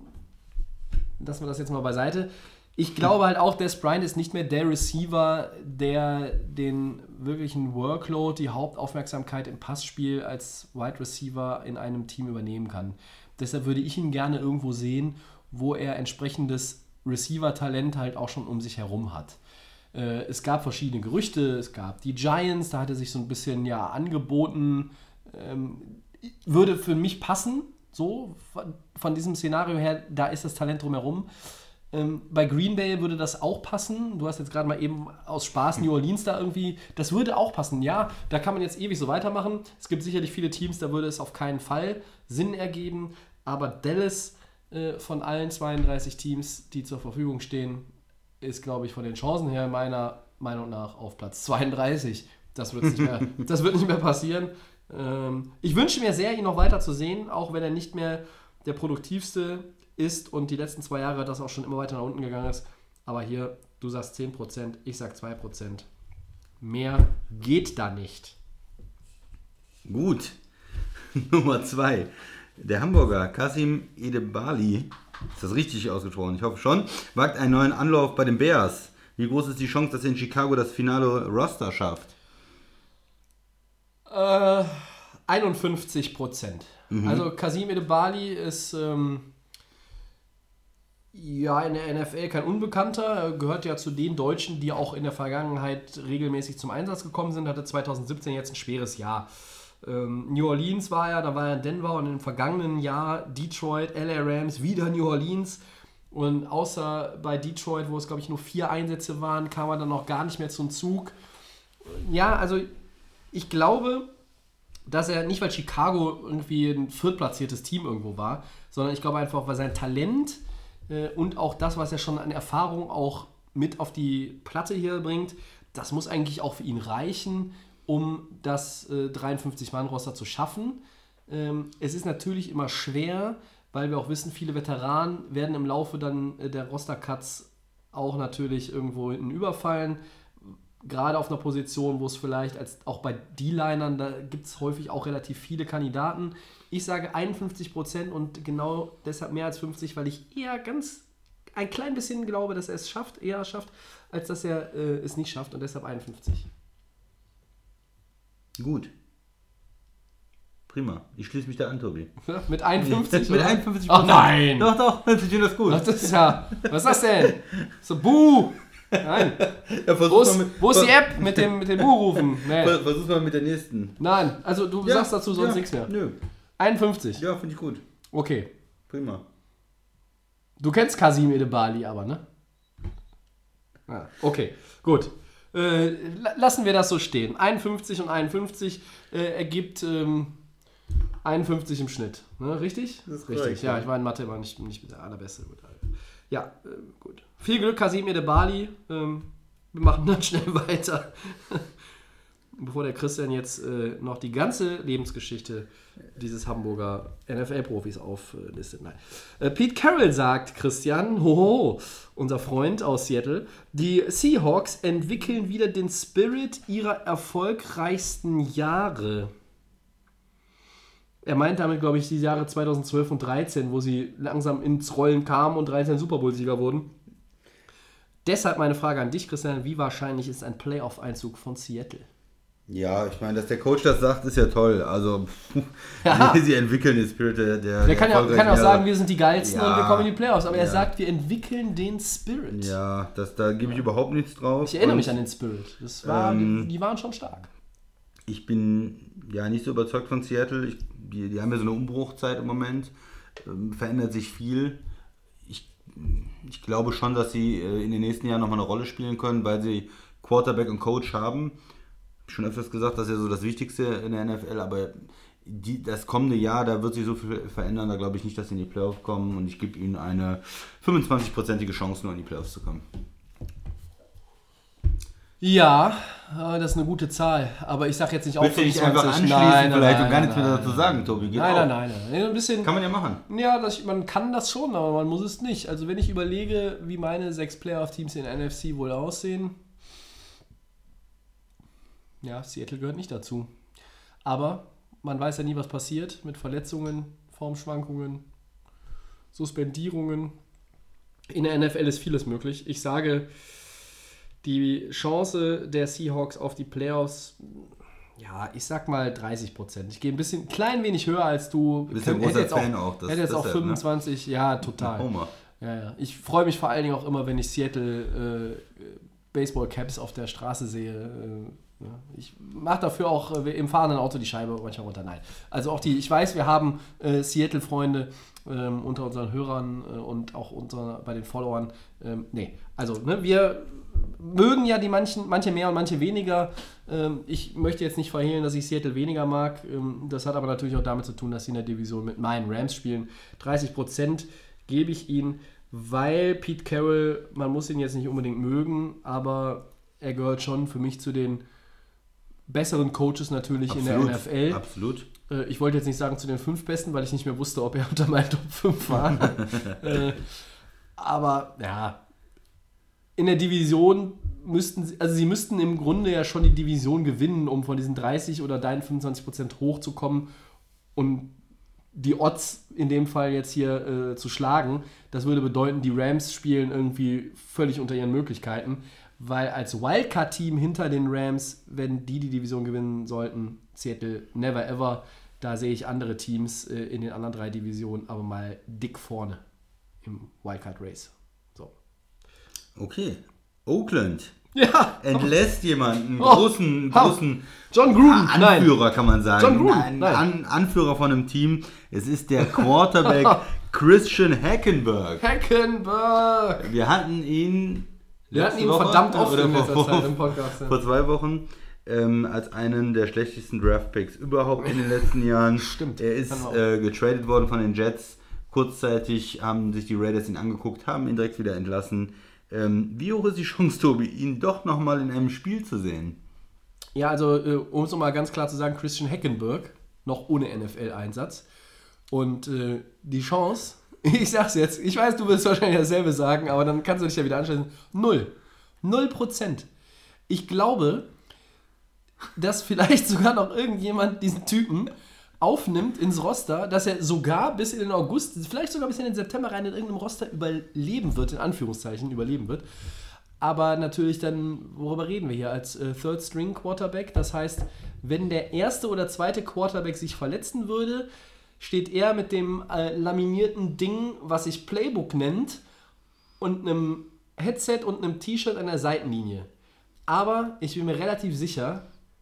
lassen wir das jetzt mal beiseite. Ich glaube halt auch, Dez Bryant ist nicht mehr der Receiver, der den wirklichen Workload, die Hauptaufmerksamkeit im Passspiel als Wide Receiver in einem Team übernehmen kann. Deshalb würde ich ihn gerne irgendwo sehen, wo er entsprechendes Receiver-Talent halt auch schon um sich herum hat. Äh, es gab verschiedene Gerüchte, es gab die Giants, da hat er sich so ein bisschen ja angeboten. Ähm, würde für mich passen, so von, von diesem Szenario her, da ist das Talent drumherum. Ähm, bei Green Bay würde das auch passen. Du hast jetzt gerade mal eben aus Spaß New Orleans da irgendwie, das würde auch passen. Ja, da kann man jetzt ewig so weitermachen. Es gibt sicherlich viele Teams, da würde es auf keinen Fall Sinn ergeben. Aber Dallas äh, von allen zweiunddreißig Teams, die zur Verfügung stehen, ist, glaube ich, von den Chancen her meiner Meinung nach auf Platz zweiunddreißig. Das wird nicht mehr, das wird nicht mehr passieren. Ähm, ich wünsche mir sehr, ihn noch weiter zu sehen, auch wenn er nicht mehr der produktivste ist und die letzten zwei Jahre das auch schon immer weiter nach unten gegangen ist. Aber hier, du sagst zehn Prozent, ich sag zwei Prozent. Mehr geht da nicht.
Gut. Nummer zwei. Der Hamburger Kasim Edebali, ist das richtig ausgesprochen? Ich hoffe schon, wagt einen neuen Anlauf bei den Bears. Wie groß ist die Chance, dass er in Chicago das finale Roster schafft?
Äh, einundfünfzig Prozent.
Mhm.
Also Kasim Edebali ist ähm, ja in der N F L kein Unbekannter. Er gehört ja zu den Deutschen, die auch in der Vergangenheit regelmäßig zum Einsatz gekommen sind. Hatte zweitausendsiebzehn jetzt ein schweres Jahr. Ähm, New Orleans war er, da war er in Denver und im vergangenen Jahr Detroit, L A Rams, wieder New Orleans. Und außer bei Detroit, wo es glaube ich nur vier Einsätze waren, kam er dann noch gar nicht mehr zum Zug. Ja, also ich glaube, dass er nicht, weil Chicago irgendwie ein viertplatziertes Team irgendwo war, sondern ich glaube einfach, weil sein Talent äh, und auch das, was er schon an Erfahrung auch mit auf die Platte hier bringt, das muss eigentlich auch für ihn reichen, um das äh, dreiundfünfzig-Mann-Roster zu schaffen. Ähm, es ist natürlich immer schwer, weil wir auch wissen, viele Veteranen werden im Laufe dann äh, der Roster-Cuts auch natürlich irgendwo hinten überfallen. Gerade auf einer Position, wo es vielleicht, als auch bei D-Linern, da gibt es häufig auch relativ viele Kandidaten. Ich sage einundfünfzig Prozent und genau deshalb mehr als fünfzig, weil ich eher ganz ein klein bisschen glaube, dass er es schafft, eher schafft, als dass er äh, es nicht schafft und deshalb einundfünfzig.
Gut. Prima. Ich schließe mich da an, Tobi.
Ja, mit einundfünfzig?
Mit
oder?
einundfünfzig
Ach nein!
Doch, doch, ich finde das gut.
Ach, das ist ja, was ist das denn? So, buh! Nein.
Ja,
Wo ist,
mit,
wo ist die App mit dem, mit dem Buh-Rufen? Nee.
Versuch mal mit der nächsten.
Nein, also du
Ja,
sagst dazu sonst
ja,
nichts mehr.
Nö.
einundfünfzig?
Ja, finde ich gut.
Okay.
Prima.
Du kennst Kasim Edebali aber, ne? Ja, okay, gut. Äh, lassen wir das so stehen. einundfünfzig und einundfünfzig äh, ergibt ähm, einundfünfzig im Schnitt. Ne? Richtig?
Das ist
richtig.
korrekt,
Ja,
ja.
ich war in Mathe immer nicht, nicht der allerbeste. Gut. Ja, äh, gut. Viel Glück, Kasim Edebali. Ähm, wir machen dann schnell weiter. Bevor der Christian jetzt äh, noch die ganze Lebensgeschichte dieses Hamburger N F L-Profis auflistet. Nein. Äh, Pete Carroll sagt, Christian, hoho, unser Freund aus Seattle, die Seahawks entwickeln wieder den Spirit ihrer erfolgreichsten Jahre. Er meint damit, glaube ich, die Jahre zweitausendzwölf und dreizehn, wo sie langsam ins Rollen kamen und dreizehn Super Bowl-Sieger wurden. Deshalb meine Frage an dich, Christian, wie wahrscheinlich ist ein Playoff-Einzug von Seattle?
Ja, ich meine, dass der Coach das sagt, ist ja toll. Also,
Ja.
sie entwickeln den Spirit der, der
Der kann ja kann auch sagen,
Jahre.
wir sind die Geilsten
Ja.
und wir kommen in die Playoffs. Aber er
Ja.
sagt, wir entwickeln den Spirit.
Ja, das, da gebe ich überhaupt nichts drauf.
Ich erinnere
Und
mich an den Spirit. Das war,
Ähm,
die, die waren schon stark.
Ich bin ja nicht so überzeugt von Seattle. Ich, die, die haben ja so eine Umbruchzeit im Moment. Ähm, verändert sich viel. Ich, ich glaube schon, dass sie äh, in den nächsten Jahren nochmal eine Rolle spielen können, weil sie Quarterback und Coach haben. Ich habe schon öfters gesagt, das ist ja so das Wichtigste in der N F L, aber die, das kommende Jahr, da wird sich so viel verändern, da glaube ich nicht, dass sie in die Playoffs kommen und ich gebe ihnen eine fünfundzwanzig-prozentige Chance, nur in die Playoffs zu kommen.
Ja, äh, das ist eine gute Zahl. Aber ich sage jetzt nicht auch
Willst du dich
fünfundzwanzig.
einfach anschließen
Nein, nein,
vielleicht
nein,
und gar nichts
nein,
mehr
nein,
dazu sagen, Tobi? Geht
Nein,
auch.
nein, nein, nein. Ein bisschen,
Kann man ja machen.
ja, das, man kann das schon, aber man muss es nicht. Also wenn ich überlege, wie meine sechs Playoff-Teams in der N F C wohl aussehen, ja, Seattle gehört nicht dazu. Aber man weiß ja nie, was passiert mit Verletzungen, Formschwankungen, Suspendierungen. In der N F L ist vieles möglich. Ich sage, die Chance der Seahawks auf die Playoffs, ja, ich sag mal dreißig Prozent. Ich gehe ein bisschen, klein wenig höher als du.
Du bist ein
Hätte
großer
jetzt
Fan
auch.
auch. Das,
Hätte jetzt auch
deshalb,
fünfundzwanzig, ne? Ja, total.
Homer.
Ja, ja. Ich freue mich vor allen Dingen auch immer, wenn ich Seattle äh, Baseball-Caps auf der Straße sehe. Äh, ja. Ich mache dafür auch äh, im fahrenden Auto die Scheibe manchmal runter. Nein. Also auch die, ich weiß, wir haben äh, Seattle-Freunde ähm, unter unseren Hörern äh, und auch unter, bei den Followern. Ähm, nee, also ne, wir mögen ja die manchen, manche mehr und manche weniger. Ähm, ich möchte jetzt nicht verhehlen, dass ich Seattle weniger mag. Ähm, das hat aber natürlich auch damit zu tun, dass sie in der Division mit meinen Rams spielen. dreißig Prozent gebe ich ihnen, weil Pete Carroll, man muss ihn jetzt nicht unbedingt mögen, aber er gehört schon für mich zu den besseren Coaches natürlich absolut, in der N F L.
Absolut.
Äh, ich wollte jetzt nicht sagen zu den fünf Besten, weil ich nicht mehr wusste, ob er unter meinen Top fünf war. äh, aber ja, in der Division müssten sie, also sie müssten im Grunde ja schon die Division gewinnen, um von diesen dreißig oder deinen fünfundzwanzig Prozent hochzukommen und die Odds in dem Fall jetzt hier äh, zu schlagen. Das würde bedeuten, die Rams spielen irgendwie völlig unter ihren Möglichkeiten, weil als Wildcard-Team hinter den Rams, wenn die die Division gewinnen sollten, Seattle never ever, da sehe ich andere Teams äh, in den anderen drei Divisionen aber mal dick vorne im Wildcard-Race. So.
Okay. Oakland
ja.
entlässt jemanden,
oh.
großen, großen
John Gruden,
Anführer,
nein.
kann man sagen.
John Gruden,
Ein
nein.
An, Anführer von einem Team. Es ist der Quarterback Christian Hackenberg.
Hackenberg!
Wir hatten ihn
Wir hatten ihn
Woche,
verdammt oft
oder
in letzter
vor,
Zeit im Podcast. Ja.
Vor zwei Wochen ähm, als einen der schlechtesten Draftpicks überhaupt in den letzten Jahren.
Stimmt.
Er ist äh, getradet worden von den Jets. Kurzzeitig haben sich die Raiders ihn angeguckt, haben ihn direkt wieder entlassen. Ähm, wie hoch ist die Chance, Tobi, ihn doch nochmal in einem Spiel zu sehen?
Ja, also äh, um es nochmal ganz klar zu sagen, Christian Hackenberg, noch ohne N F L-Einsatz. Und äh, die Chance, ich sag's jetzt, ich weiß, du wirst wahrscheinlich dasselbe sagen, aber dann kannst du dich ja wieder anschließen, null. Null Prozent. Ich glaube, dass vielleicht sogar noch irgendjemand diesen Typen aufnimmt ins Roster, dass er sogar bis in den August, vielleicht sogar bis in den September rein in irgendeinem Roster überleben wird, in Anführungszeichen überleben wird. Aber natürlich dann, worüber reden wir hier, als äh, Third-String-Quarterback. Das heißt, wenn der erste oder zweite Quarterback sich verletzen würde, steht er mit dem äh, laminierten Ding, was sich Playbook nennt, und einem Headset und einem T-Shirt an der Seitenlinie. Aber ich bin mir relativ sicher,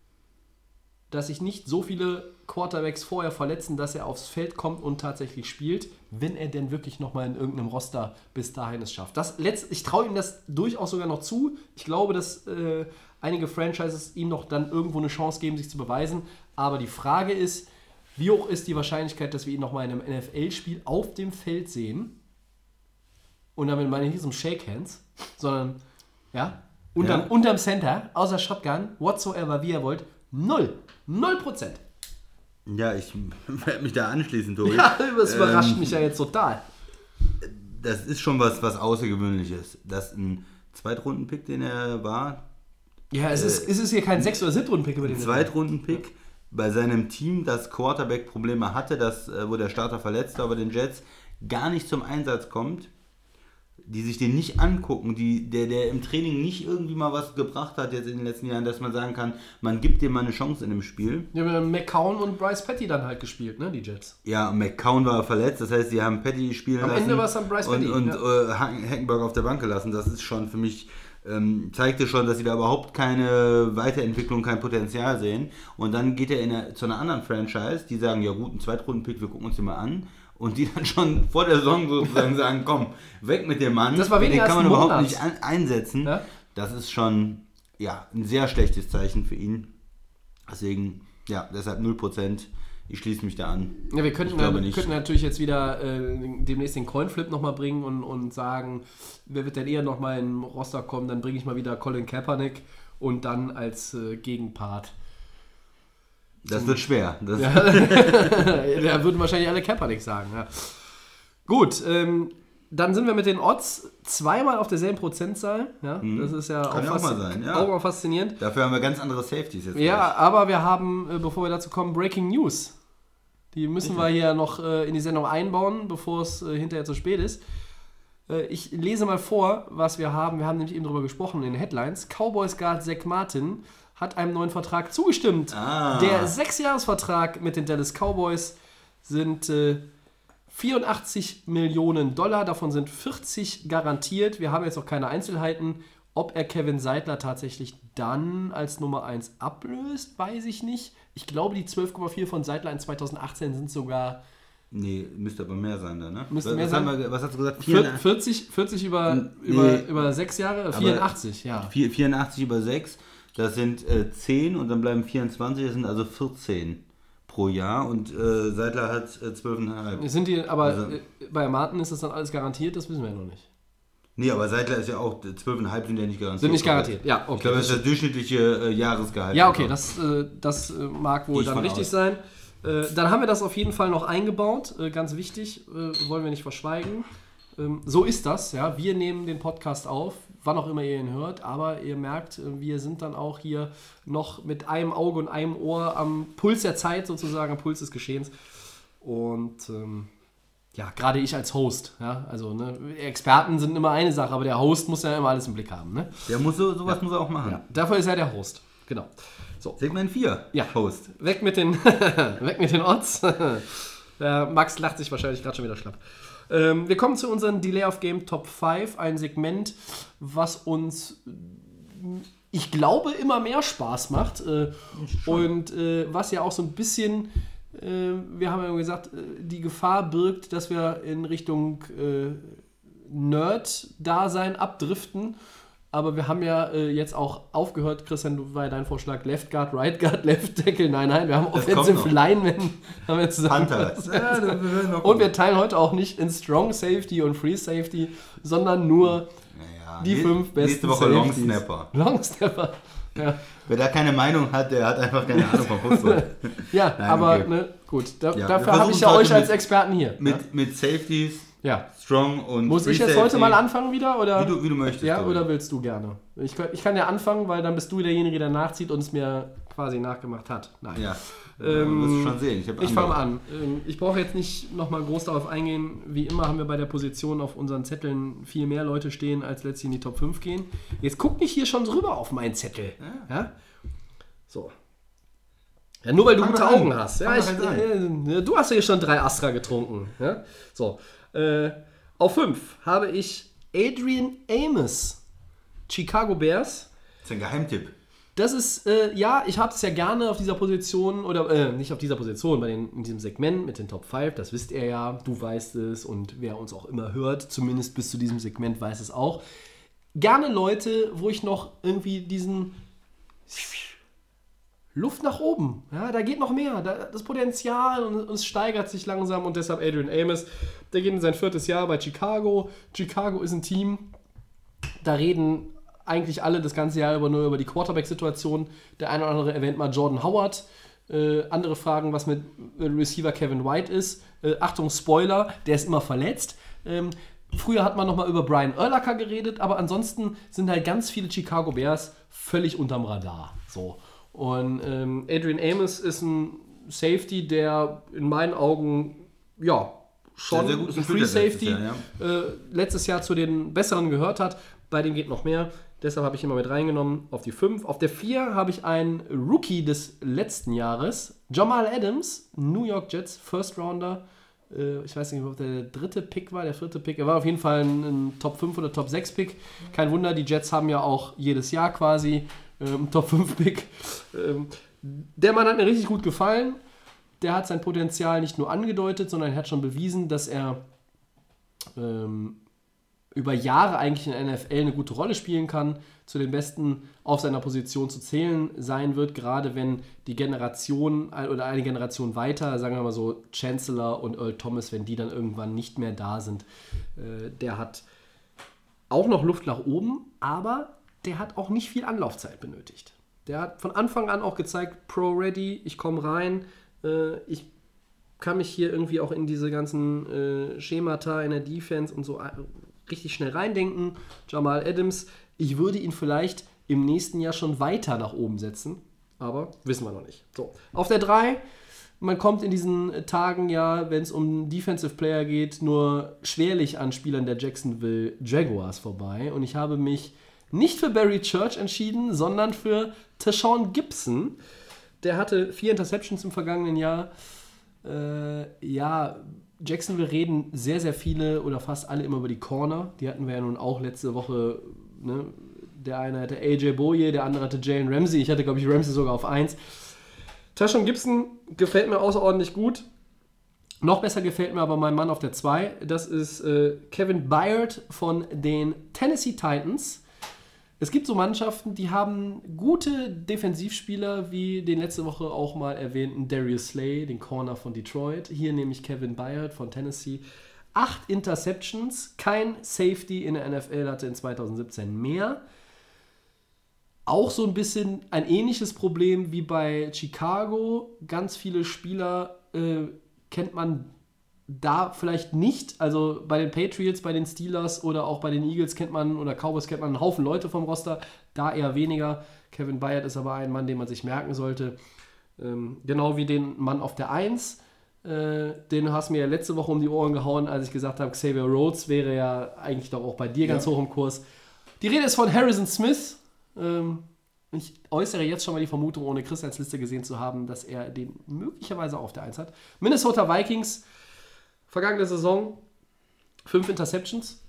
dass sich nicht so viele Quarterbacks vorher verletzen, dass er aufs Feld kommt und tatsächlich spielt, wenn er denn wirklich nochmal in irgendeinem Roster bis dahin es schafft. Das letzt, ich traue ihm das durchaus sogar noch zu. Ich glaube, dass äh, einige Franchises ihm noch dann irgendwo eine Chance geben, sich zu beweisen. Aber die Frage ist, wie hoch ist die Wahrscheinlichkeit, dass wir ihn nochmal in einem N F L-Spiel auf dem Feld sehen? Und damit meine ich nicht so ein Shake Hands, sondern ja, unterm, ja. unterm Center, außer Shotgun, whatsoever, wie ihr wollt, null. Null Prozent.
Ja, ich werde mich da anschließen, Tobi.
Ja, das überrascht
ähm,
mich ja jetzt total.
Das ist schon was, was Außergewöhnliches. Das ein Zweitrunden-Pick, den er war.
Ja, es, äh, ist, es ist hier kein Sechs- oder Siebtrunden-Pick über den
Zweitrunden-Pick. Ja. Bei seinem Team, das Quarterback-Probleme hatte, das, wo der Starter verletzt war, bei den Jets gar nicht zum Einsatz kommt, die sich den nicht angucken, die, der, der im Training nicht irgendwie mal was gebracht hat jetzt in den letzten Jahren, dass man sagen kann, man gibt dem mal eine Chance in dem Spiel.
Ja, wir haben McCown und Bryce Petty dann halt gespielt, ne, die Jets.
Ja, McCown war verletzt, das heißt, sie haben Petty spielen
Am
lassen.
Am Ende war es dann Bryce
und,
Petty.
Und
ja.
äh, Hackenberg auf der Bank gelassen. Das ist schon für mich, ähm, zeigte schon, dass sie da überhaupt keine Weiterentwicklung, kein Potenzial sehen. Und dann geht er in eine, zu einer anderen Franchise, die sagen, ja gut, ein Zweitrunden-Pick, wir gucken uns den mal an. Und die dann schon vor der Saison sozusagen sagen, komm, weg mit dem Mann,
das war
den kann man überhaupt
Monats.
nicht an, einsetzen.
Ja?
Das ist schon ja, ein sehr schlechtes Zeichen für ihn. Deswegen, ja, deshalb null Prozent. Ich schließe mich da an.
Ja, wir könnten,
ich glaube
dann,
nicht.
könnten natürlich jetzt wieder äh, demnächst den Coinflip nochmal bringen und, und sagen, wer wird denn eher nochmal in den Roster kommen, dann bringe ich mal wieder Colin Kaepernick und dann als äh, Gegenpart.
Das wird schwer. Das
ja. Da würden wahrscheinlich alle Kaepernick sagen. Ja. Gut, ähm, dann sind wir mit den Odds zweimal auf derselben Prozentzahl. Ja,
hm.
Das ist ja
Kann
auch,
ja auch
faszi-
mal sein. Ja.
auch mal faszinierend.
Dafür haben wir ganz andere Safeties jetzt.
Ja,
gleich.
aber wir haben, äh, bevor wir dazu kommen, Breaking News. Die müssen wir hier noch äh, in die Sendung einbauen, bevor es äh, hinterher zu spät ist. Äh, ich lese mal vor, was wir haben. Wir haben nämlich eben darüber gesprochen in den Headlines. Cowboys Guard Zach Martin hat einem neuen Vertrag zugestimmt.
Ah.
Der Sechsjahresvertrag mit den Dallas Cowboys sind äh, vierundachtzig Millionen Dollar, davon sind vierzig garantiert. Wir haben jetzt noch keine Einzelheiten Ob er Kevin Seidler tatsächlich dann als Nummer eins ablöst, weiß ich nicht. Ich glaube, die zwölf Komma vier von Seidler in zweitausendachtzehn sind sogar...
Nee, müsste aber mehr sein da, ne?
Müsste
was,
mehr
was,
sein?
haben wir, was hast du gesagt?
vierzig, vierzig über,
Nee,
über, über sechs Jahre? vierundachtzig, ja.
vierundachtzig über sechs, das sind äh, zehn und dann bleiben vierundzwanzig, das sind also vierzehn pro Jahr und äh, Seidler hat äh, zwölf Komma fünf.
Sind die, aber
Also-
äh, bei Martin ist das dann alles garantiert? Das wissen wir ja noch nicht.
Nee, aber Seidler ist ja auch, zwölf Komma fünf sind ja nicht garantiert.
Sind nicht garantiert, ja, okay.
Ich glaube, das ist das durchschnittliche äh, Jahresgehalt.
Ja, okay, das, äh, das äh, mag wohl
Gehe ich
dann
von
richtig
aus.
sein. Äh, dann haben wir das auf jeden Fall noch eingebaut, äh, ganz wichtig, äh, wollen wir nicht verschweigen. Ähm, so ist das, ja. Wir nehmen den Podcast auf, wann auch immer ihr ihn hört, aber ihr merkt, äh, wir sind dann auch hier noch mit einem Auge und einem Ohr am Puls der Zeit sozusagen, am Puls des Geschehens. Und ähm, ja, gerade ich als Host, ja, also ne, Experten sind immer eine Sache, aber der Host muss ja immer alles im Blick haben, ne?
Der muss so, sowas muss er auch machen.
Ja, dafür ist er der Host, genau. So.
Segment vier,
Ja.
Host.
Weg mit den, weg mit den Odds. Der Max lacht sich wahrscheinlich gerade schon wieder schlapp. Ähm, wir kommen zu unseren Delay of Game Top fünf, ein Segment, was uns, ich glaube, immer mehr Spaß macht. Äh, und äh, was ja auch so ein bisschen, äh, wir haben ja gesagt, äh, die Gefahr birgt, dass wir in Richtung äh, Nerd-Dasein abdriften. Aber wir haben ja äh, jetzt auch aufgehört, Christian, du war ja dein Vorschlag, Left Guard, Right Guard, Left Tackle, nein, nein, wir haben
Das
Offensive
kommt noch.
Linemen, haben wir zusammen.
Hunter. Ja, das wird noch
Und wir teilen heute auch nicht in Strong Safety und Free Safety, sondern nur
Naja,
die
nä-
fünf besten
Nächste Woche Long
Safeties.
Snapper.
Long Snapper. Ja,
Wer da keine Meinung hat, der hat einfach keine Ahnung vom Fußball.
ja
Nein,
aber
okay.
ne, gut, da,
Ja, wir
dafür habe ich
versuchen
ja
heute
euch als
mit-
Experten hier.
Mit, mit Safeties,
ja.
Strong und
Muss
Free
ich jetzt
Safety.
heute mal anfangen wieder? Oder?
Wie du, wie du möchtest.
Ja,
Tobi.
oder willst du gerne? Ich, kann- ich kann ja anfangen, weil dann bist du derjenige, der nachzieht und es mir quasi nachgemacht hat. Nein.
Ja,
Ähm,
wirst du schon sehen. Ich, hab
Ich fange
andere.
mal an. Ähm, Ich brauche jetzt nicht nochmal groß darauf eingehen. Wie immer haben wir bei der Position auf unseren Zetteln viel mehr Leute stehen, als letztlich in die Top fünf gehen. Jetzt guck nicht hier schon drüber auf meinen Zettel. Ja? So. Ja, nur weil du
Fang
gute
doch an.
Augen hast. Ja,
Fang
ich,
doch jetzt
äh, du hast ja hier schon drei Astra getrunken. Ja? So. Äh, auf fünf habe ich Adrian Amos, Chicago Bears.
Das ist ein Geheimtipp.
Das ist, äh, ja, ich habe es ja gerne auf dieser Position, oder äh, nicht auf dieser Position, bei den, in diesem Segment mit den Top fünf, das wisst ihr ja, du weißt es und wer uns auch immer hört, zumindest bis zu diesem Segment weiß es auch. Gerne Leute, wo ich noch irgendwie diesen Luft nach oben, ja, da geht noch mehr, da, das Potenzial und, und es steigert sich langsam und deshalb Adrian Amos, der geht in sein viertes Jahr bei Chicago. Chicago ist ein Team, da reden eigentlich alle das ganze Jahr über nur über die Quarterback-Situation. Der eine oder andere erwähnt mal Jordan Howard. Äh, andere fragen, was mit äh, Receiver Kevin White ist. Äh, Achtung, Spoiler, der ist immer verletzt. Ähm, früher hat man nochmal über Brian Urlacher geredet, aber ansonsten sind halt ganz viele Chicago Bears völlig unterm Radar. So. Und ähm, Adrian Amos ist ein Safety, der in meinen Augen, ja, schon
Sehr, sehr gut
ist ein
gespielt
Free
hat letztes
Safety,
Jahr,
äh, letztes Jahr zu den Besseren gehört hat. Bei dem geht noch mehr. Deshalb habe ich ihn mal mit reingenommen auf die fünf. Auf der vier habe ich einen Rookie des letzten Jahres. Jamal Adams, New York Jets, First Rounder. Äh, ich weiß nicht, ob der dritte Pick war, der vierte Pick. Er war auf jeden Fall ein, ein Top fünf oder Top sechs Pick. Kein Wunder, die Jets haben ja auch jedes Jahr quasi ähm, Top fünf Pick. Ähm, der Mann hat mir richtig gut gefallen. Der hat sein Potenzial nicht nur angedeutet, sondern er hat schon bewiesen, dass er ähm, über Jahre eigentlich in der N F L eine gute Rolle spielen kann, zu den Besten auf seiner Position zu zählen sein wird, gerade wenn die Generation oder eine Generation weiter, sagen wir mal so Chancellor und Earl Thomas, wenn die dann irgendwann nicht mehr da sind, äh, der hat auch noch Luft nach oben, aber der hat auch nicht viel Anlaufzeit benötigt. Der hat von Anfang an auch gezeigt, Pro-Ready, ich komme rein, äh, ich kann mich hier irgendwie auch in diese ganzen äh, Schemata in der Defense und so richtig schnell reindenken. Jamal Adams, ich würde ihn vielleicht im nächsten Jahr schon weiter nach oben setzen, aber wissen wir noch nicht. So, auf der drei, man kommt in diesen Tagen ja, wenn es um Defensive Player geht, nur schwerlich an Spielern der Jacksonville Jaguars vorbei und ich habe mich nicht für Barry Church entschieden, sondern für Tashawn Gibson. Der hatte vier Interceptions im vergangenen Jahr. Äh, ja, Jacksonville reden sehr, sehr viele oder fast alle immer über die Corner. Die hatten wir ja nun auch letzte Woche, ne, Der eine hatte A J Bouye, der andere hatte Jalen Ramsey. Ich hatte, glaube ich, Ramsey sogar auf eins. Tashaun Gibson gefällt mir außerordentlich gut. Noch besser gefällt mir aber mein Mann auf der zwei. Das ist äh, Kevin Byard von den Tennessee Titans. Es gibt so Mannschaften, die haben gute Defensivspieler, wie den letzte Woche auch mal erwähnten Darius Slay, den Corner von Detroit. Hier nämlich Kevin Byard von Tennessee. Acht Interceptions, kein Safety in der N F L hatte in zwanzig siebzehn mehr. Auch so ein bisschen ein ähnliches Problem wie bei Chicago. Ganz viele Spieler äh, kennt man da vielleicht nicht. Also bei den Patriots, bei den Steelers oder auch bei den Eagles kennt man oder Cowboys kennt man einen Haufen Leute vom Roster. Da eher weniger. Kevin Byard ist aber ein Mann, den man sich merken sollte. Ähm, genau wie den Mann auf der eins. Äh, den hast du mir ja letzte Woche um die Ohren gehauen, als ich gesagt habe, Xavier Rhodes wäre ja eigentlich doch auch bei dir ganz ja. hoch im Kurs. Die Rede ist von Harrison Smith. Ähm, ich äußere jetzt schon mal die Vermutung, ohne Christians Liste gesehen zu haben, dass er den möglicherweise auf der eins hat. Minnesota Vikings, vergangene Saison, fünf Interceptions.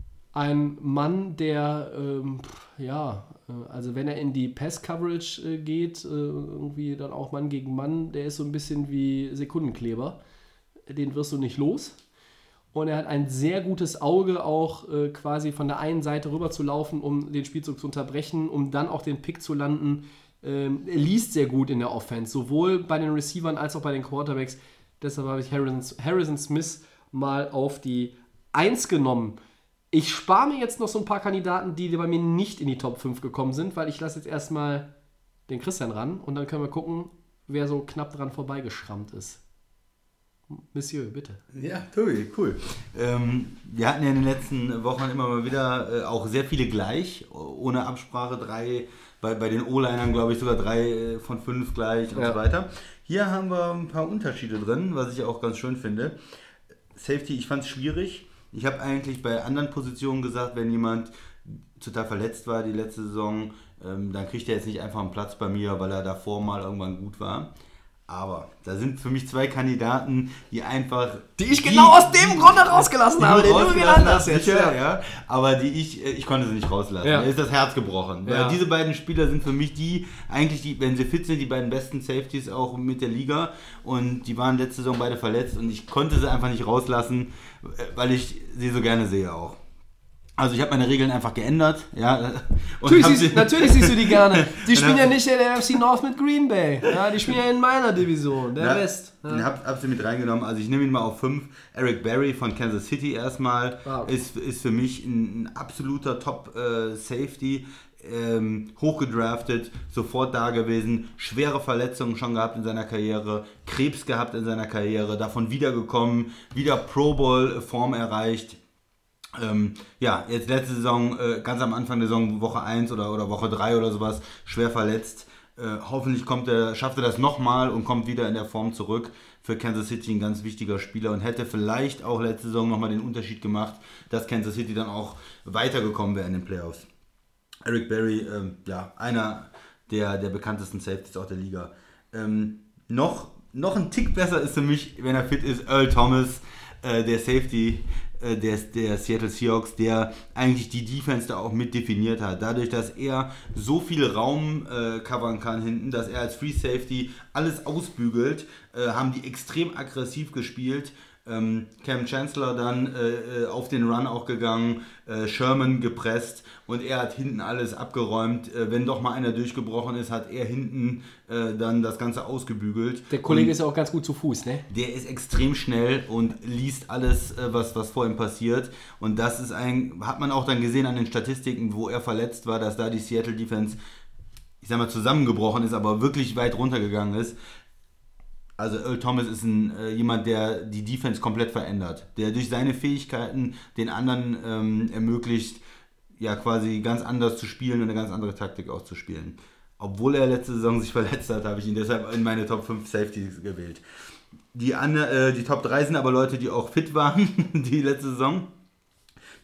Ein Mann, der, ähm, ja, also wenn er in die Pass-Coverage äh, geht, äh, irgendwie dann auch Mann gegen Mann, der ist so ein bisschen wie Sekundenkleber. Den wirst du nicht los. Und er hat ein sehr gutes Auge, auch äh, quasi von der einen Seite rüber zu laufen, um den Spielzug zu unterbrechen, um dann auch den Pick zu landen. Ähm, er liest sehr gut in der Offense, sowohl bei den Receivern als auch bei den Quarterbacks. Deshalb habe ich Harrison, Harrison Smith mal auf die eins genommen. Ich spare mir jetzt noch so ein paar Kandidaten, die bei mir nicht in die Top fünf gekommen sind, weil ich lasse jetzt erstmal den Christian ran und dann können wir gucken, wer so knapp dran vorbeigeschrammt ist. Monsieur, bitte.
Ja, Tobi, cool. Ähm, wir hatten ja in den letzten Wochen immer mal wieder äh, auch sehr viele gleich, ohne Absprache, drei, bei, bei den O-Linern glaube ich sogar drei äh, von fünf gleich und ja. so weiter. Hier haben wir ein paar Unterschiede drin, was ich auch ganz schön finde. Safety, ich fand es schwierig. Ich habe eigentlich bei anderen Positionen gesagt, wenn jemand total verletzt war die letzte Saison, ähm, dann kriegt er jetzt nicht einfach einen Platz bei mir, weil er davor mal irgendwann gut war. Aber da sind für mich zwei Kandidaten, die einfach...
Die ich die, genau aus dem Grunde rausgelassen habe, den du genannt hast jetzt.
Sicher, ja. Aber die ich, ich konnte sie nicht rauslassen. Ja. Mir ist das Herz gebrochen. Ja. Weil diese beiden Spieler sind für mich die, eigentlich die, wenn sie fit sind, die beiden besten Safeties auch mit der Liga. Und die waren letzte Saison beide verletzt und ich konnte sie einfach nicht rauslassen, weil ich sie so gerne sehe auch. Also ich habe meine Regeln einfach geändert. Ja, und
natürlich, siehst, natürlich siehst du die gerne. Die spielen ja nicht in der N F C North mit Green Bay. Ja, die spielen ja in meiner Division, der ja, West.
Ja. Ich habe hab sie mit reingenommen. Also ich nehme ihn mal auf fünf. Eric Berry von Kansas City erstmal. Wow. Ist, ist für mich ein, ein absoluter Top-Safety. Äh, ähm, hochgedraftet, sofort da gewesen. Schwere Verletzungen schon gehabt in seiner Karriere. Krebs gehabt in seiner Karriere. Davon wiedergekommen. Wieder Pro Bowl-Form erreicht. Ähm, ja, jetzt letzte Saison, äh, ganz am Anfang der Saison, Woche eins oder, oder Woche drei oder sowas, schwer verletzt. Äh, hoffentlich kommt er, schafft er das nochmal und kommt wieder in der Form zurück. Für Kansas City ein ganz wichtiger Spieler und hätte vielleicht auch letzte Saison nochmal den Unterschied gemacht, dass Kansas City dann auch weitergekommen wäre in den Playoffs. Eric Berry, ähm, ja, einer der, der bekanntesten Safeties auch der Liga. Ähm, noch, noch ein Tick besser ist für mich, wenn er fit ist, Earl Thomas, äh, der Safety Der, der Seattle Seahawks, der eigentlich die Defense da auch mit definiert hat. Dadurch, dass er so viel Raum äh, covern kann hinten, dass er als Free Safety alles ausbügelt, äh, haben die extrem aggressiv gespielt. Ähm, Cam Chancellor dann äh, auf den Run auch gegangen, äh, Sherman gepresst und er hat hinten alles abgeräumt. Äh, wenn doch mal einer durchgebrochen ist, hat er hinten äh, dann das Ganze ausgebügelt.
Der Kollege und ist ja auch ganz gut zu Fuß, ne?
Der ist extrem schnell und liest alles, äh, was, was vor ihm passiert. Und das ist ein, hat man auch dann gesehen an den Statistiken, wo er verletzt war, dass da die Seattle Defense, ich sag mal, zusammengebrochen ist, aber wirklich weit runtergegangen ist. Also Earl Thomas ist ein, äh, jemand, der die Defense komplett verändert, der durch seine Fähigkeiten den anderen ähm, ermöglicht, ja quasi ganz anders zu spielen und eine ganz andere Taktik auszuspielen. Obwohl er letzte Saison sich verletzt hat, habe ich ihn deshalb in meine Top fünf Safeties gewählt. Die, andere, äh, die Top drei sind aber Leute, die auch fit waren, die letzte Saison.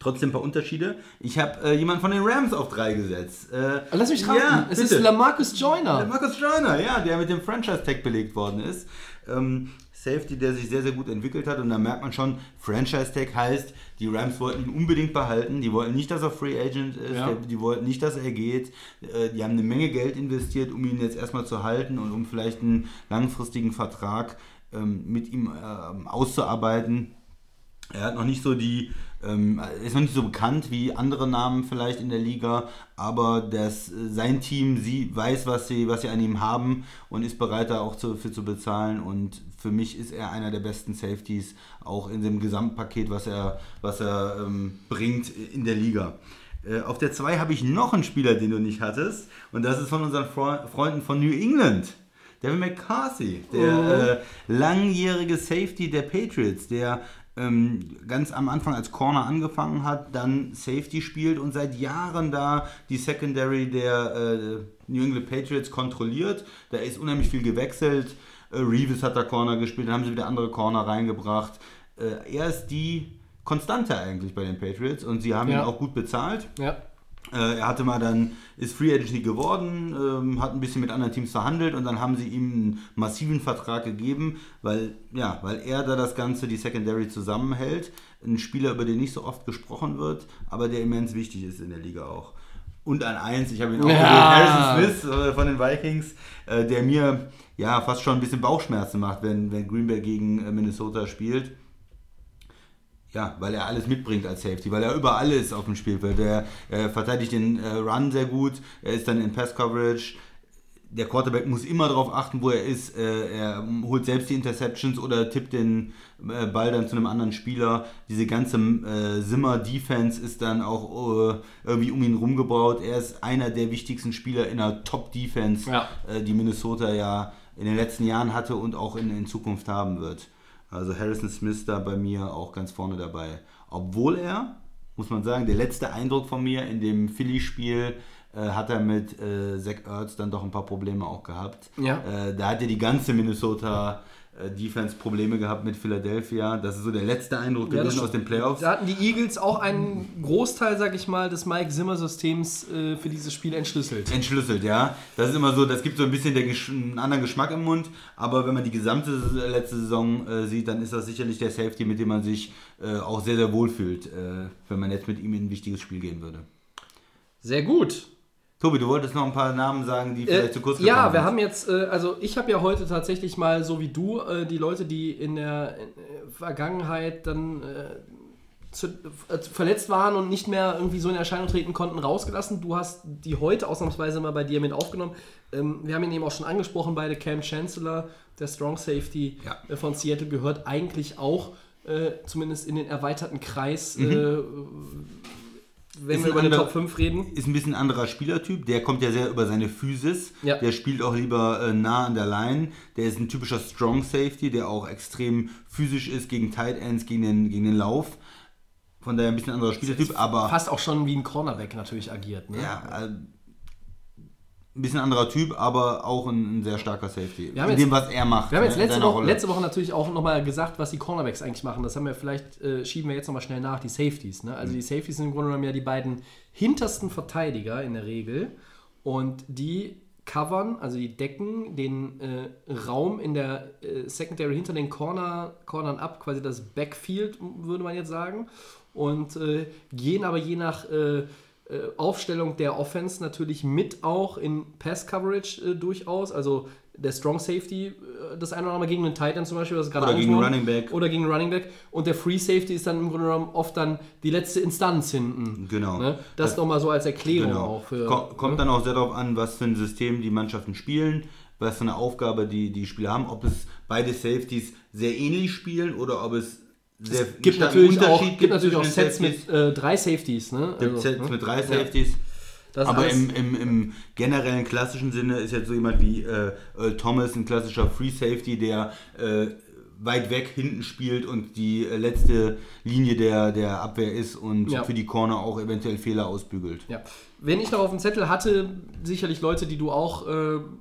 Trotzdem ein paar Unterschiede. Ich habe äh, jemanden von den Rams auf drei gesetzt. Äh,
Lass mich raten,
ja,
es
bitte.
ist LaMarcus Joyner.
LaMarcus Joyner, ja, der mit dem Franchise-Tag belegt worden ist. Ähm, Safety, der sich sehr, sehr gut entwickelt hat. Und da merkt man schon, Franchise-Tag heißt, die Rams wollten ihn unbedingt behalten. Die wollten nicht, dass er Free Agent ist.
Ja.
Die wollten nicht, dass er geht. Äh, die haben eine Menge Geld investiert, um ihn jetzt erstmal zu halten und um vielleicht einen langfristigen Vertrag ähm, mit ihm äh, auszuarbeiten. Er hat noch nicht so die, ähm, ist noch nicht so bekannt wie andere Namen vielleicht in der Liga, aber das, sein Team sie weiß, was sie, was sie an ihm haben und ist bereit, da auch zu, für zu bezahlen. Und für mich ist er einer der besten Safeties, auch in dem Gesamtpaket, was er, was er ähm, bringt in der Liga. Äh, auf der zwei habe ich noch einen Spieler, den du nicht hattest, und das ist von unseren Fre- Freunden von New England. Devin McCarthy, der
Mhm.
äh, langjährige Safety der Patriots, der ähm, ganz am Anfang als Corner angefangen hat, dann Safety spielt und seit Jahren da die Secondary der äh, New England Patriots kontrolliert. Da ist unheimlich viel gewechselt. Äh, Reeves hat da Corner gespielt, dann haben sie wieder andere Corner reingebracht. Äh, er ist die Konstante eigentlich bei den Patriots und sie haben
Ja.
ihn auch gut bezahlt.
Ja.
Äh, er hatte mal dann, ist Free Agent geworden, ähm, hat ein bisschen mit anderen Teams verhandelt und dann haben sie ihm einen massiven Vertrag gegeben, weil, ja, weil er da das Ganze, die Secondary zusammenhält. Ein Spieler, über den nicht so oft gesprochen wird, aber der immens wichtig ist in der Liga auch. Und an eins, ich habe ihn auch
Ja.
gewählt, Harrison Smith äh, von den Vikings, äh, der mir ja fast schon ein bisschen Bauchschmerzen macht, wenn, wenn Green Bay gegen äh, Minnesota spielt. Ja, weil er alles mitbringt als Safety, weil er überall ist auf dem Spielfeld. Er, er verteidigt den äh, Run sehr gut, er ist dann in Pass-Coverage. Der Quarterback muss immer darauf achten, wo er ist. Äh, er holt selbst die Interceptions oder tippt den äh, Ball dann zu einem anderen Spieler. Diese ganze äh, Zimmer-Defense ist dann auch äh, irgendwie um ihn rumgebaut. Er ist einer der wichtigsten Spieler in einer Top-Defense,
Ja.
äh, die Minnesota ja in den letzten Jahren hatte und auch in, in Zukunft haben wird. Also Harrison Smith da bei mir auch ganz vorne dabei. Obwohl er, muss man sagen, der letzte Eindruck von mir in dem Philly-Spiel äh, hat er mit äh, Zach Ertz dann doch ein paar Probleme auch gehabt.
Ja.
Äh, da hat ja die ganze Minnesota äh, Defense Probleme gehabt mit Philadelphia. Das ist so der letzte Eindruck
Ja,
gewesen
das-
aus den Playoffs.
Da hatten die Eagles auch einen Großteil, sag ich mal, des Mike-Zimmer-Systems äh, für dieses Spiel entschlüsselt.
Entschlüsselt, ja. Das ist immer so, das gibt so ein bisschen der Gesch- einen anderen Geschmack im Mund, aber wenn man die gesamte letzte Saison äh, sieht, dann ist das sicherlich der Safety, mit dem man sich äh, auch sehr, sehr wohl fühlt, äh, wenn man jetzt mit ihm in ein wichtiges Spiel gehen würde.
Sehr gut.
Tobi, du wolltest noch ein paar Namen sagen, die vielleicht
Äh,
zu kurz gekommen
ja, wir
sind.
haben jetzt, äh, also ich habe ja heute tatsächlich mal, so wie du, äh, die Leute, die in der äh, Vergangenheit dann äh, zu, äh, verletzt waren und nicht mehr irgendwie so in Erscheinung treten konnten, rausgelassen. Du hast die heute ausnahmsweise mal bei dir mit aufgenommen. Ähm, wir haben ihn eben auch schon angesprochen, beide Cam Chancellor, der Strong Safety
Ja.
äh, von Seattle, gehört eigentlich auch äh, zumindest in den erweiterten Kreis,
Mhm.
äh, wenn
Ist
wir
ein
über den
ander-
Top fünf reden.
Ist ein bisschen ein anderer Spielertyp, der kommt ja sehr über seine Physis,
Ja.
der spielt auch lieber äh, nah an der Line, der ist ein typischer Strong Safety, der auch extrem physisch ist gegen Tight Ends, gegen den, gegen den Lauf, von daher ein bisschen anderer Spielertyp, aber
Fast auch schon wie ein Cornerback natürlich agiert. Ne?
ja, äh, ein bisschen anderer Typ, aber auch ein, ein sehr starker Safety,
Wir haben
in
jetzt-
dem, was er macht.
Wir haben jetzt
ne, in
letzte
seiner
Woche,
Rolle.
letzte Woche natürlich auch nochmal gesagt, was die Cornerbacks eigentlich machen. Das haben wir vielleicht, äh, schieben wir jetzt nochmal schnell nach, die Safeties. Ne? Also die Safeties sind im Grunde genommen ja die beiden hintersten Verteidiger in der Regel. Und die covern, also die decken den äh, Raum in der äh, Secondary hinter den Corner, Cornern ab, quasi das Backfield, würde man jetzt sagen. Und äh, gehen aber je nach äh, äh, Aufstellung der Offense natürlich mit auch in Pass-Coverage äh, durchaus. Also der Strong Safety, äh, das eine oder andere gegen einen Tight End zum Beispiel, das ist gerade
Oder gegen
angesprochen.
Running Back.
Oder gegen einen Running Back. Und der Free Safety ist dann im Grunde genommen oft dann die letzte Instanz hinten.
Genau.
Ne? Das, das nochmal so als Erklärung
Genau.
auch für.
Ko- Kommt
ne?
dann auch sehr darauf an, was für ein System die Mannschaften spielen, was für eine Aufgabe die, die Spieler haben, ob es beide Safeties sehr ähnlich spielen oder ob es sehr
Es gibt
starken
natürlich auch,
Unterschied
gibt natürlich auch
zwischen
Sets
den Safeties.
mit äh, drei Safeties. Ne?
Gibt
Also,
Sets
ne?
mit drei
Ja.
Safeties.
Das
Aber
alles-
im, im, im generellen klassischen Sinne ist jetzt so jemand wie äh, Earl Thomas ein klassischer Free Safety, der äh, weit weg hinten spielt und die äh, letzte Linie der, der Abwehr ist und
Ja.
für die Corner auch eventuell Fehler ausbügelt.
Ja. Wenn ich noch auf dem Zettel hatte, sicherlich Leute, die du auch äh,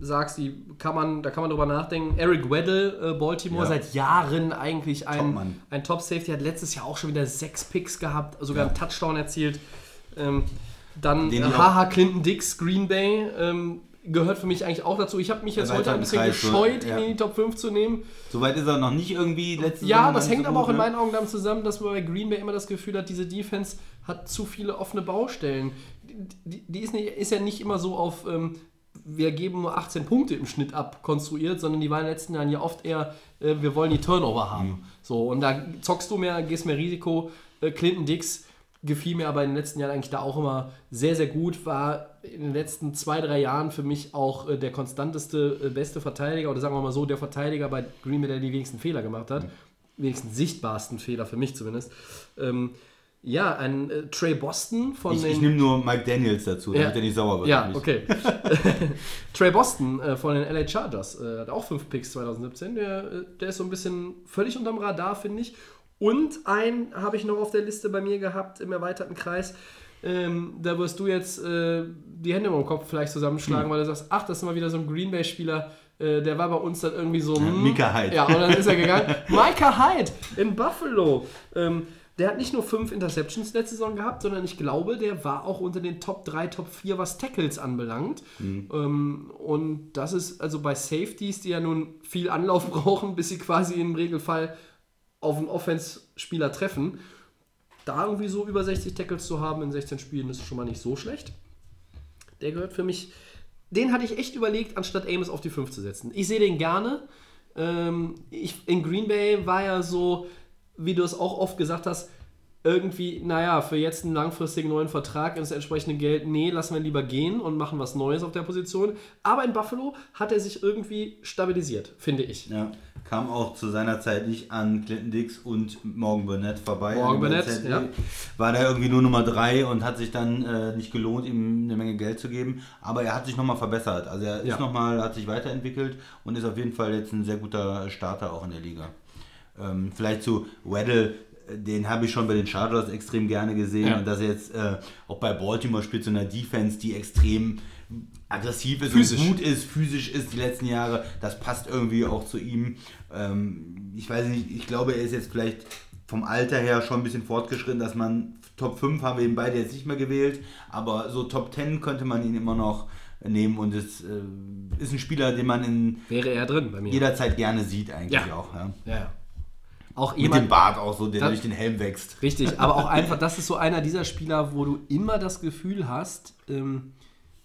sagst, die kann man, da kann man drüber nachdenken. Eric Weddle, äh, Baltimore,
Ja.
seit Jahren eigentlich ein,
Topmann.
ein Top-Safety, hat letztes Jahr auch schon wieder sechs Picks gehabt, sogar
Ja.
einen Touchdown erzielt. Ähm, dann
Den
äh,
die auch-
Haha Clinton Dix, Green Bay, ähm, gehört für mich eigentlich auch dazu. Ich habe mich jetzt heute ein bisschen
Erweiterten Kreis,
gescheut,
ja.
ihn in die Top fünf zu nehmen.
Soweit ist er noch nicht irgendwie letzte
Ja,
Saison
das
nicht
hängt
so
aber auch
gut,
in
ne?
meinen Augen damit zusammen, dass man bei Green Bay immer das Gefühl hat, diese Defense hat zu viele offene Baustellen. Die, die ist, nicht, ist ja nicht immer so auf, ähm, wir geben nur achtzehn Punkte im Schnitt ab konstruiert, sondern die waren in den letzten Jahren ja oft eher, äh, wir wollen die Turnover haben.
Mhm.
So, und da zockst du mehr, gehst mehr Risiko. Äh, Clinton Dix gefiel mir aber in den letzten Jahren eigentlich da auch immer sehr, sehr gut, war in den letzten zwei, drei Jahren für mich auch äh, der konstanteste, äh, beste Verteidiger, oder sagen wir mal so, der Verteidiger bei Green Bay, der die wenigsten Fehler gemacht hat. Mhm. Wenigstens sichtbarsten Fehler für mich zumindest. Ähm, ja, ein äh, Trey Boston von
Ich,
den...
ich nehme nur Mike Daniels dazu, damit
Ja.
er nicht sauer wird.
Ja,
auf mich.
okay. Trey Boston äh, von den L A Chargers äh, hat auch fünf Picks zwanzig siebzehn. Der, äh, der ist so ein bisschen völlig unterm Radar, finde ich. Und einen habe ich noch auf der Liste bei mir gehabt im erweiterten Kreis. Ähm, da wirst du jetzt äh, die Hände im Kopf vielleicht zusammenschlagen, hm. weil du sagst, ach, das ist mal wieder so ein Green Bay-Spieler, äh, der war bei uns dann irgendwie so...
Ja,
hm,
Micah Hyde.
Ja, und dann ist er gegangen. Micah Hyde in Buffalo. Ähm, der hat nicht nur fünf Interceptions letzte Saison gehabt, sondern ich glaube, der war auch unter den Top drei, Top vier, was Tackles anbelangt. Mhm. Ähm, und das ist also bei Safeties, die ja nun viel Anlauf brauchen, bis sie quasi im Regelfall auf einen Offense-Spieler treffen, da irgendwie so über sechzig Tackles zu haben in sechzehn Spielen, ist schon mal nicht so schlecht. Der gehört für mich, den hatte ich echt überlegt, anstatt Amos auf die fünf zu setzen. Ich sehe den gerne. Ähm, ich, in Green Bay war ja so, wie du es auch oft gesagt hast, irgendwie, naja, für jetzt einen langfristigen neuen Vertrag ins entsprechende Geld, nee, lassen wir lieber gehen und machen was Neues auf der Position. Aber in Buffalo hat er sich irgendwie stabilisiert, finde ich.
Ja, kam auch zu seiner Zeit nicht an Clinton Dix und Morgan Burnett vorbei.
Morgan Burnett, ja.
War da irgendwie nur Nummer drei und hat sich dann äh, nicht gelohnt, ihm eine Menge Geld zu geben. Aber er hat sich nochmal verbessert. Also er
Ja.
ist nochmal, hat sich weiterentwickelt und ist auf jeden Fall jetzt ein sehr guter Starter auch in der Liga. Ähm, vielleicht zu Weddle, den habe ich schon bei den Chargers extrem gerne gesehen,
Ja.
und dass er jetzt äh, auch bei Baltimore spielt, so einer Defense, die extrem aggressiv ist
Physisch.
und gut ist, physisch ist die letzten Jahre, das passt irgendwie auch zu ihm. Ähm, ich weiß nicht, ich glaube, er ist jetzt vielleicht vom Alter her schon ein bisschen fortgeschritten, dass man Top fünf haben wir ihn beide jetzt nicht mehr gewählt, aber so Top zehn könnte man ihn immer noch nehmen, und es äh, ist ein Spieler, den man in
Wäre er drin bei mir.
jederzeit gerne sieht eigentlich
Ja.
auch. Ja.
Ja, ja. Auch
Mit
jemand,
dem Bart auch so, der
Das-
durch den Helm wächst.
Richtig, aber auch einfach, das ist so einer dieser Spieler, wo du immer das Gefühl hast, ähm,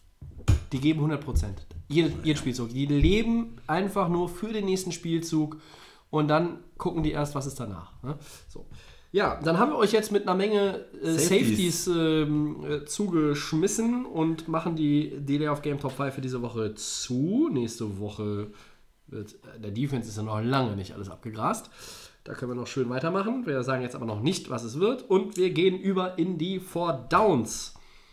die geben hundert Prozent. Jede, jeden Spielzug. Die leben einfach nur für den nächsten Spielzug und dann gucken die erst, was ist danach. Ne? So. Ja, dann haben wir euch jetzt mit einer Menge äh, Safeties,
Safeties
ähm, äh, zugeschmissen und machen die Delay of Game Top fünf für diese Woche zu. Nächste Woche wird, äh, der Defense ist ja noch lange nicht alles abgegrast. Da können wir noch schön weitermachen. Wir sagen jetzt aber noch nicht, was es wird. Und wir gehen über in die Four Downs.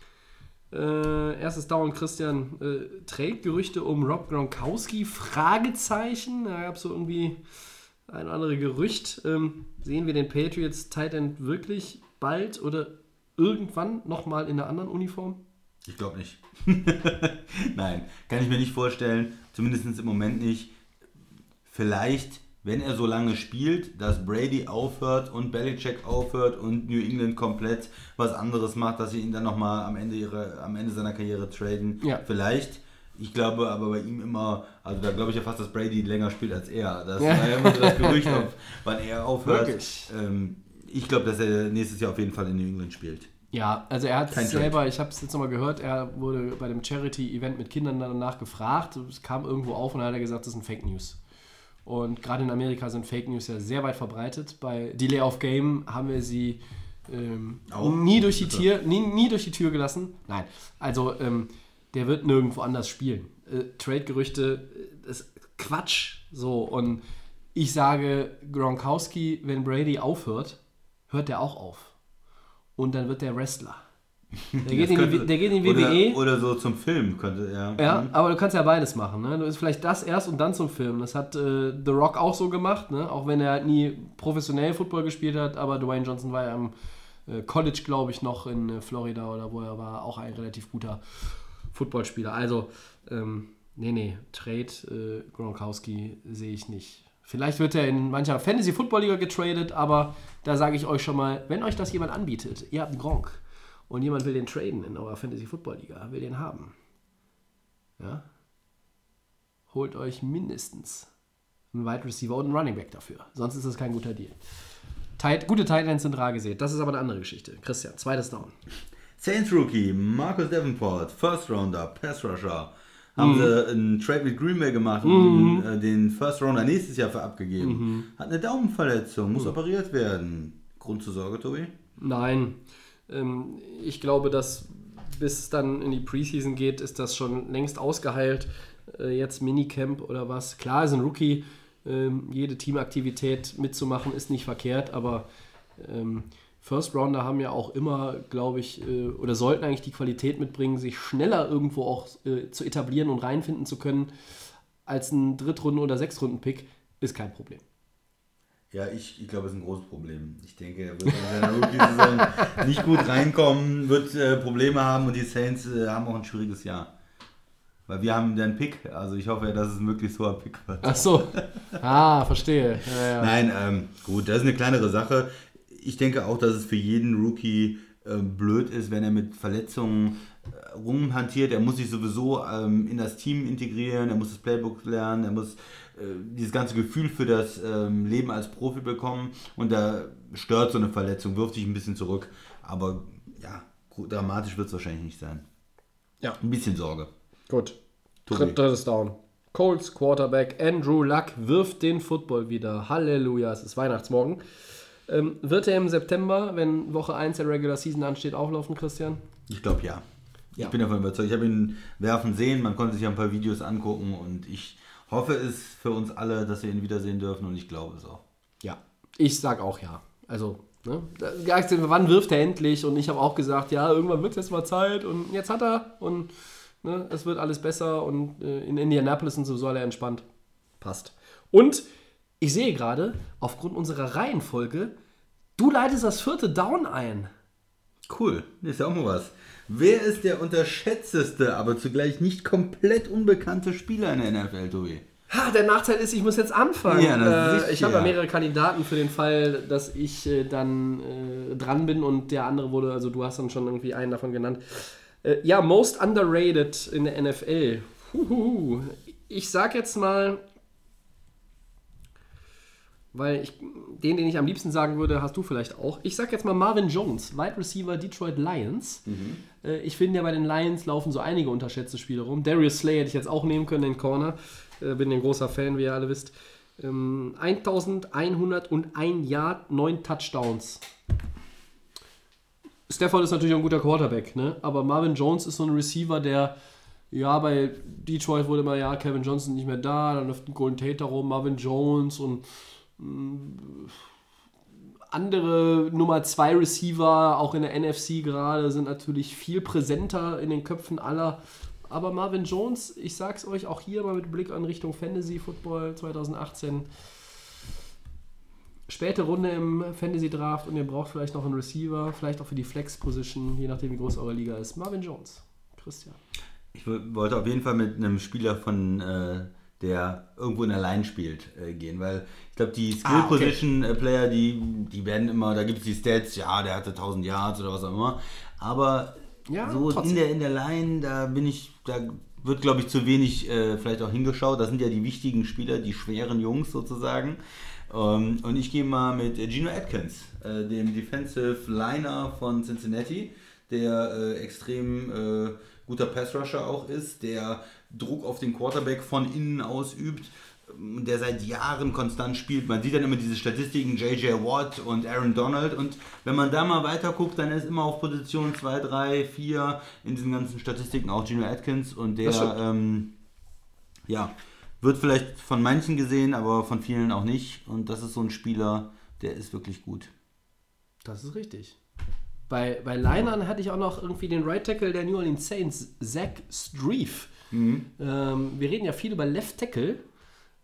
Äh, erstes Down, Christian äh, trägt Gerüchte um Rob Gronkowski? Fragezeichen. Da gab es so irgendwie ein anderes Gerücht. Ähm, sehen wir den Patriots Tight End wirklich bald oder irgendwann nochmal in einer anderen Uniform?
Ich glaube nicht. Nein, kann ich mir nicht vorstellen. Zumindest im Moment nicht. Vielleicht, wenn er so lange spielt, dass Brady aufhört und Belichick aufhört und New England komplett was anderes macht, dass sie ihn dann nochmal am Ende ihre, am Ende seiner Karriere traden.
Ja.
Vielleicht. Ich glaube aber bei ihm immer, also da glaube ich ja fast, dass Brady länger spielt als er. Das
Ja.
war ja immer so das Gerücht, ob, wann er aufhört.
Wirklich?
Ähm, ich glaube, dass er nächstes Jahr auf jeden Fall in New England spielt.
Ja, also er hat
Kein
selber, ich habe es jetzt nochmal gehört, er wurde bei dem Charity-Event mit Kindern danach gefragt. Es kam irgendwo auf und dann hat er gesagt, das sind Fake News. Und gerade in Amerika sind Fake News ja sehr weit verbreitet. Bei Delay of Game haben wir sie ähm,
Auch?
nie, durch die
Bitte.
Tür, nie, nie durch die Tür gelassen. Nein, also ähm, der wird nirgendwo anders spielen. Äh, Trade-Gerüchte, äh, das ist Quatsch. So, und ich sage, Gronkowski, wenn Brady aufhört, hört der auch auf. Und dann wird der Wrestler. Der geht, in die, der geht in die W W E.
Oder, oder so zum Film könnte er.
Ja,
Mhm.
aber du kannst ja beides machen. Ne? Du ist vielleicht das erst und dann zum Film. Das hat äh, The Rock auch so gemacht, ne? Auch wenn er nie professionell Football gespielt hat. Aber Dwayne Johnson war ja am äh, College, glaube ich, noch in äh, Florida oder wo er war, auch ein relativ guter Footballspieler. Also, ähm, Nee, nee, Trade äh, Gronkowski sehe ich nicht. Vielleicht wird er in mancher Fantasy-Football-Liga getradet, aber da sage ich euch schon mal, wenn euch das jemand anbietet, ihr habt einen Gronk und jemand will den traden in eurer Fantasy-Football-Liga, will den haben, ja, holt euch mindestens einen Wide Receiver und einen Running Back dafür. Sonst ist das kein guter Deal. Tight, gute Tight Ends sind rar gesät. Das ist aber eine andere Geschichte. Christian, zweites Down.
Saints Rookie, Marcus Davenport, First Rounder, Pass Rusher. Haben mhm. sie einen Trade mit Green Bay gemacht und mhm. den First Rounder nächstes Jahr für abgegeben. Mhm. Hat eine Daumenverletzung, muss mhm. operiert werden. Grund zur Sorge, Tobi?
Nein. Ähm, ich glaube, dass bis es dann in die Preseason geht, ist das schon längst ausgeheilt. Äh, jetzt Minicamp oder was. Klar ist ein Rookie, ähm, jede Teamaktivität mitzumachen ist nicht verkehrt, aber ähm, First Rounder haben ja auch immer, glaube ich, äh, oder sollten eigentlich die Qualität mitbringen, sich schneller irgendwo auch äh, zu etablieren und reinfinden zu können, als ein Drittrunden- oder Sechstrunden-Pick, ist kein Problem.
Ja, ich, ich glaube, es ist ein großes Problem. Ich denke, er wird in seiner Rookie-Saison nicht gut reinkommen, wird äh, Probleme haben und die Saints äh, haben auch ein schwieriges Jahr. Weil wir haben den Pick, also ich hoffe ja, dass es ein möglichst hoher Pick wird.
Ach so, ah, verstehe. Ja, ja.
Nein, ähm, gut, das ist eine kleinere Sache. Ich denke auch, dass es für jeden Rookie äh, blöd ist, wenn er mit Verletzungen äh, rumhantiert. Er muss sich sowieso ähm, in das Team integrieren, er muss das Playbook lernen, er muss äh, dieses ganze Gefühl für das ähm, Leben als Profi bekommen und da stört so eine Verletzung, wirft sich ein bisschen zurück. Aber ja, dramatisch wird es wahrscheinlich nicht sein.
Ja.
Ein bisschen Sorge.
Gut. Drittes Down. Colts Quarterback Andrew Luck wirft den Football wieder. Halleluja, es ist Weihnachtsmorgen. Ähm, wird er im September, wenn Woche eins der Regular Season ansteht, auflaufen, Christian?
Ich glaube ja.
ja.
Ich bin davon überzeugt. Ich habe ihn werfen sehen, man konnte sich ein paar Videos angucken und ich hoffe es für uns alle, dass wir ihn wiedersehen dürfen und ich glaube es auch.
Ja, ich sag auch ja. Also, ne? Wann wirft er endlich? Und ich habe auch gesagt, ja, irgendwann wird es jetzt mal Zeit und jetzt hat er und ne, es wird alles besser und äh, in Indianapolis und so soll er entspannt. Passt. Und ich sehe gerade, aufgrund unserer Reihenfolge, du leitest das vierte Down ein.
Cool, das ist ja auch mal was. Wer ist der unterschätzteste, aber zugleich nicht komplett unbekannte Spieler in der N F L, Tobi?
Ha, der Nachteil ist, ich muss jetzt anfangen.
Ja, das
äh, ich habe ja mehrere Kandidaten für den Fall, dass ich äh, dann äh, dran bin und der andere wurde, also du hast dann schon irgendwie einen davon genannt. Äh, ja, most underrated in der N F L. Huhuhu. Ich sag jetzt mal... Weil ich, den, den ich am liebsten sagen würde, hast du vielleicht auch. Ich sag jetzt mal Marvin Jones, Wide Receiver Detroit Lions. Mhm. Äh, ich finde ja, bei den Lions laufen so einige unterschätzte Spiele rum. Darius Slay hätte ich jetzt auch nehmen können, den Corner. Äh, bin ein großer Fan, wie ihr alle wisst. Ähm, elfhunderteins Yard, neun Touchdowns. Stafford ist natürlich auch ein guter Quarterback, ne? Aber Marvin Jones ist so ein Receiver, der... Ja, bei Detroit wurde mal, ja, Kevin Johnson nicht mehr da, dann läuft ein Golden Tate rum, Marvin Jones und... Andere Nummer zwei Receiver, auch in der N F C gerade, sind natürlich viel präsenter in den Köpfen aller. Aber Marvin Jones, ich sag's euch auch hier mal mit Blick in Richtung Fantasy Football zwanzig achtzehn. Späte Runde im Fantasy Draft und ihr braucht vielleicht noch einen Receiver, vielleicht auch für die Flex Position, je nachdem wie groß eure Liga ist. Marvin Jones. Christian.
Ich wollte auf jeden Fall mit einem Spieler von... Äh der irgendwo in der Line spielt, äh, gehen, weil ich glaube, die Skill-Position-Player, ah, okay. die, die werden immer, da gibt es die Stats, ja, der hatte tausend Yards oder was auch immer, aber ja, so in der, in der Line, da bin ich, da wird, glaube ich, zu wenig äh, vielleicht auch hingeschaut, das sind ja die wichtigen Spieler, die schweren Jungs sozusagen, ähm, und ich gehe mal mit Geno Atkins, äh, dem Defensive Liner von Cincinnati, der äh, extrem äh, guter Pass-Rusher auch ist, der Druck auf den Quarterback von innen ausübt, der seit Jahren konstant spielt. Man sieht dann immer diese Statistiken, J J Watt und Aaron Donald, und wenn man da mal weiter guckt, dann ist immer auf Position zwei, drei, vier in diesen ganzen Statistiken auch Geno Atkins, und der ähm, ja, wird vielleicht von manchen gesehen, aber von vielen auch nicht, und das ist so ein Spieler, der ist wirklich gut.
Das ist richtig. Bei, bei Linern hatte ich auch noch irgendwie den Right Tackle der New Orleans Saints, Zach Strief. Mhm. Ähm, wir reden ja viel über Left Tackle.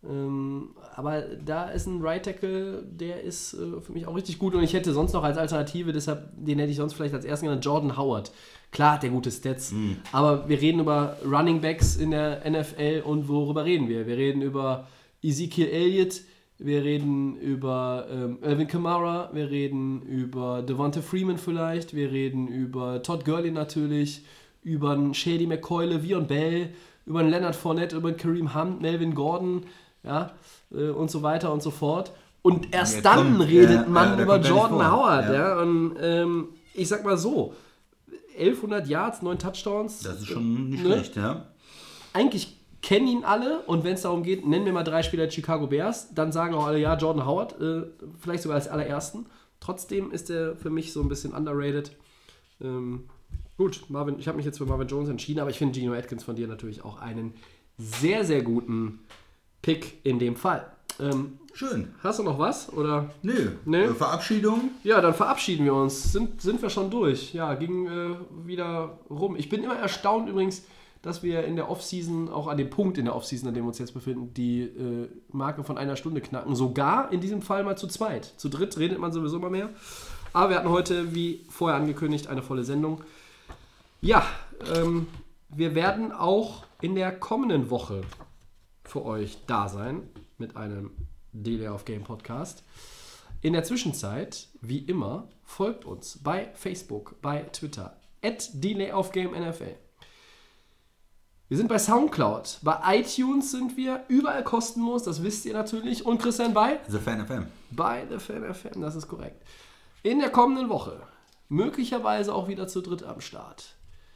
Ähm, aber da ist ein Right Tackle, der ist äh, für mich auch richtig gut und ich hätte sonst noch als Alternative, deshalb, den hätte ich sonst vielleicht als ersten genannt, Jordan Howard. Klar hat der gute Stats, mm. aber wir reden über Running Backs in der N F L und worüber reden wir? Wir reden über Ezekiel Elliott, wir reden über ähm, Alvin Kamara, wir reden über Devonta Freeman vielleicht, wir reden über Todd Gurley natürlich, über einen Shady McCoy, Le'Veon Bell, über einen Leonard Fournette, über einen Kareem Hunt, Melvin Gordon, ja, äh, und so weiter und so fort. Und erst ja, dann kommt, redet ja, man ja, über Jordan Howard. Ja. Ja, und ähm, ich sag mal so, elfhundert Yards, neun Touchdowns.
Das ist schon nicht ne? schlecht, ja.
Eigentlich kennen ihn alle und wenn es darum geht, nennen wir mal drei Spieler der Chicago Bears, dann sagen auch alle, ja, Jordan Howard, äh, vielleicht sogar als allerersten. Trotzdem ist er für mich so ein bisschen underrated. Ähm, gut, Marvin, ich habe mich jetzt für Marvin Jones entschieden, aber ich finde Geno Atkins von dir natürlich auch einen sehr, sehr guten Pick in dem Fall. Ähm,
Schön.
Hast du noch was? Oder?
Nö. Nee? Äh, Verabschiedung?
Ja, dann verabschieden wir uns. Sind, sind wir schon durch. Ja, ging äh, wieder rum. Ich bin immer erstaunt übrigens, dass wir in der Offseason, auch an dem Punkt in der Offseason, an dem wir uns jetzt befinden, die äh, Marke von einer Stunde knacken. Sogar in diesem Fall mal zu zweit. Zu dritt redet man sowieso mal mehr. Aber wir hatten heute, wie vorher angekündigt, eine volle Sendung. Ja, ähm, wir werden auch in der kommenden Woche für euch da sein mit einem Delay of Game Podcast. In der Zwischenzeit, wie immer, folgt uns bei Facebook, bei Twitter, at Delay of Game N F L. Wir sind bei Soundcloud, bei iTunes sind wir, überall kostenlos, das wisst ihr natürlich. Und Christian bei?
The Fan F M.
Bei The Fan F M, das ist korrekt. In der kommenden Woche, möglicherweise auch wieder zu dritt am Start.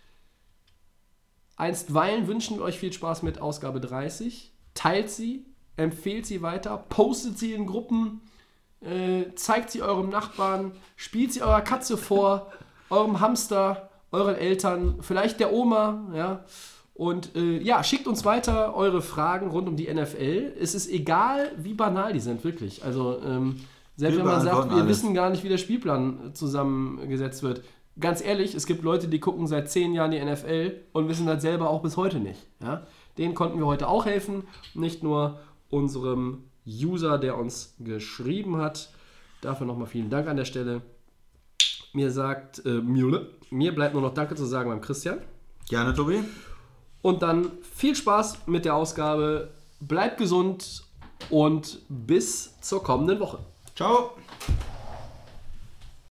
Einstweilen wünschen wir euch viel Spaß mit Ausgabe dreißig. Teilt sie, empfehlt sie weiter, postet sie in Gruppen, äh, zeigt sie eurem Nachbarn, spielt sie eurer Katze vor, eurem Hamster, euren Eltern, vielleicht der Oma, ja. Und äh, ja, schickt uns weiter eure Fragen rund um die N F L. Es ist egal, wie banal die sind, wirklich. Also ähm, selbst wenn man sagt, wir alles. wissen gar nicht, wie der Spielplan zusammengesetzt wird. Ganz ehrlich, es gibt Leute, die gucken seit zehn Jahren die N F L und wissen das selber auch bis heute nicht. Ja? Denen konnten wir heute auch helfen, nicht nur unserem User, der uns geschrieben hat. Dafür nochmal vielen Dank an der Stelle. Mir sagt, äh, mir, mir bleibt nur noch Danke zu sagen beim Christian.
Gerne, Tobi.
Und dann viel Spaß mit der Ausgabe. Bleibt gesund und bis zur kommenden Woche.
Ciao.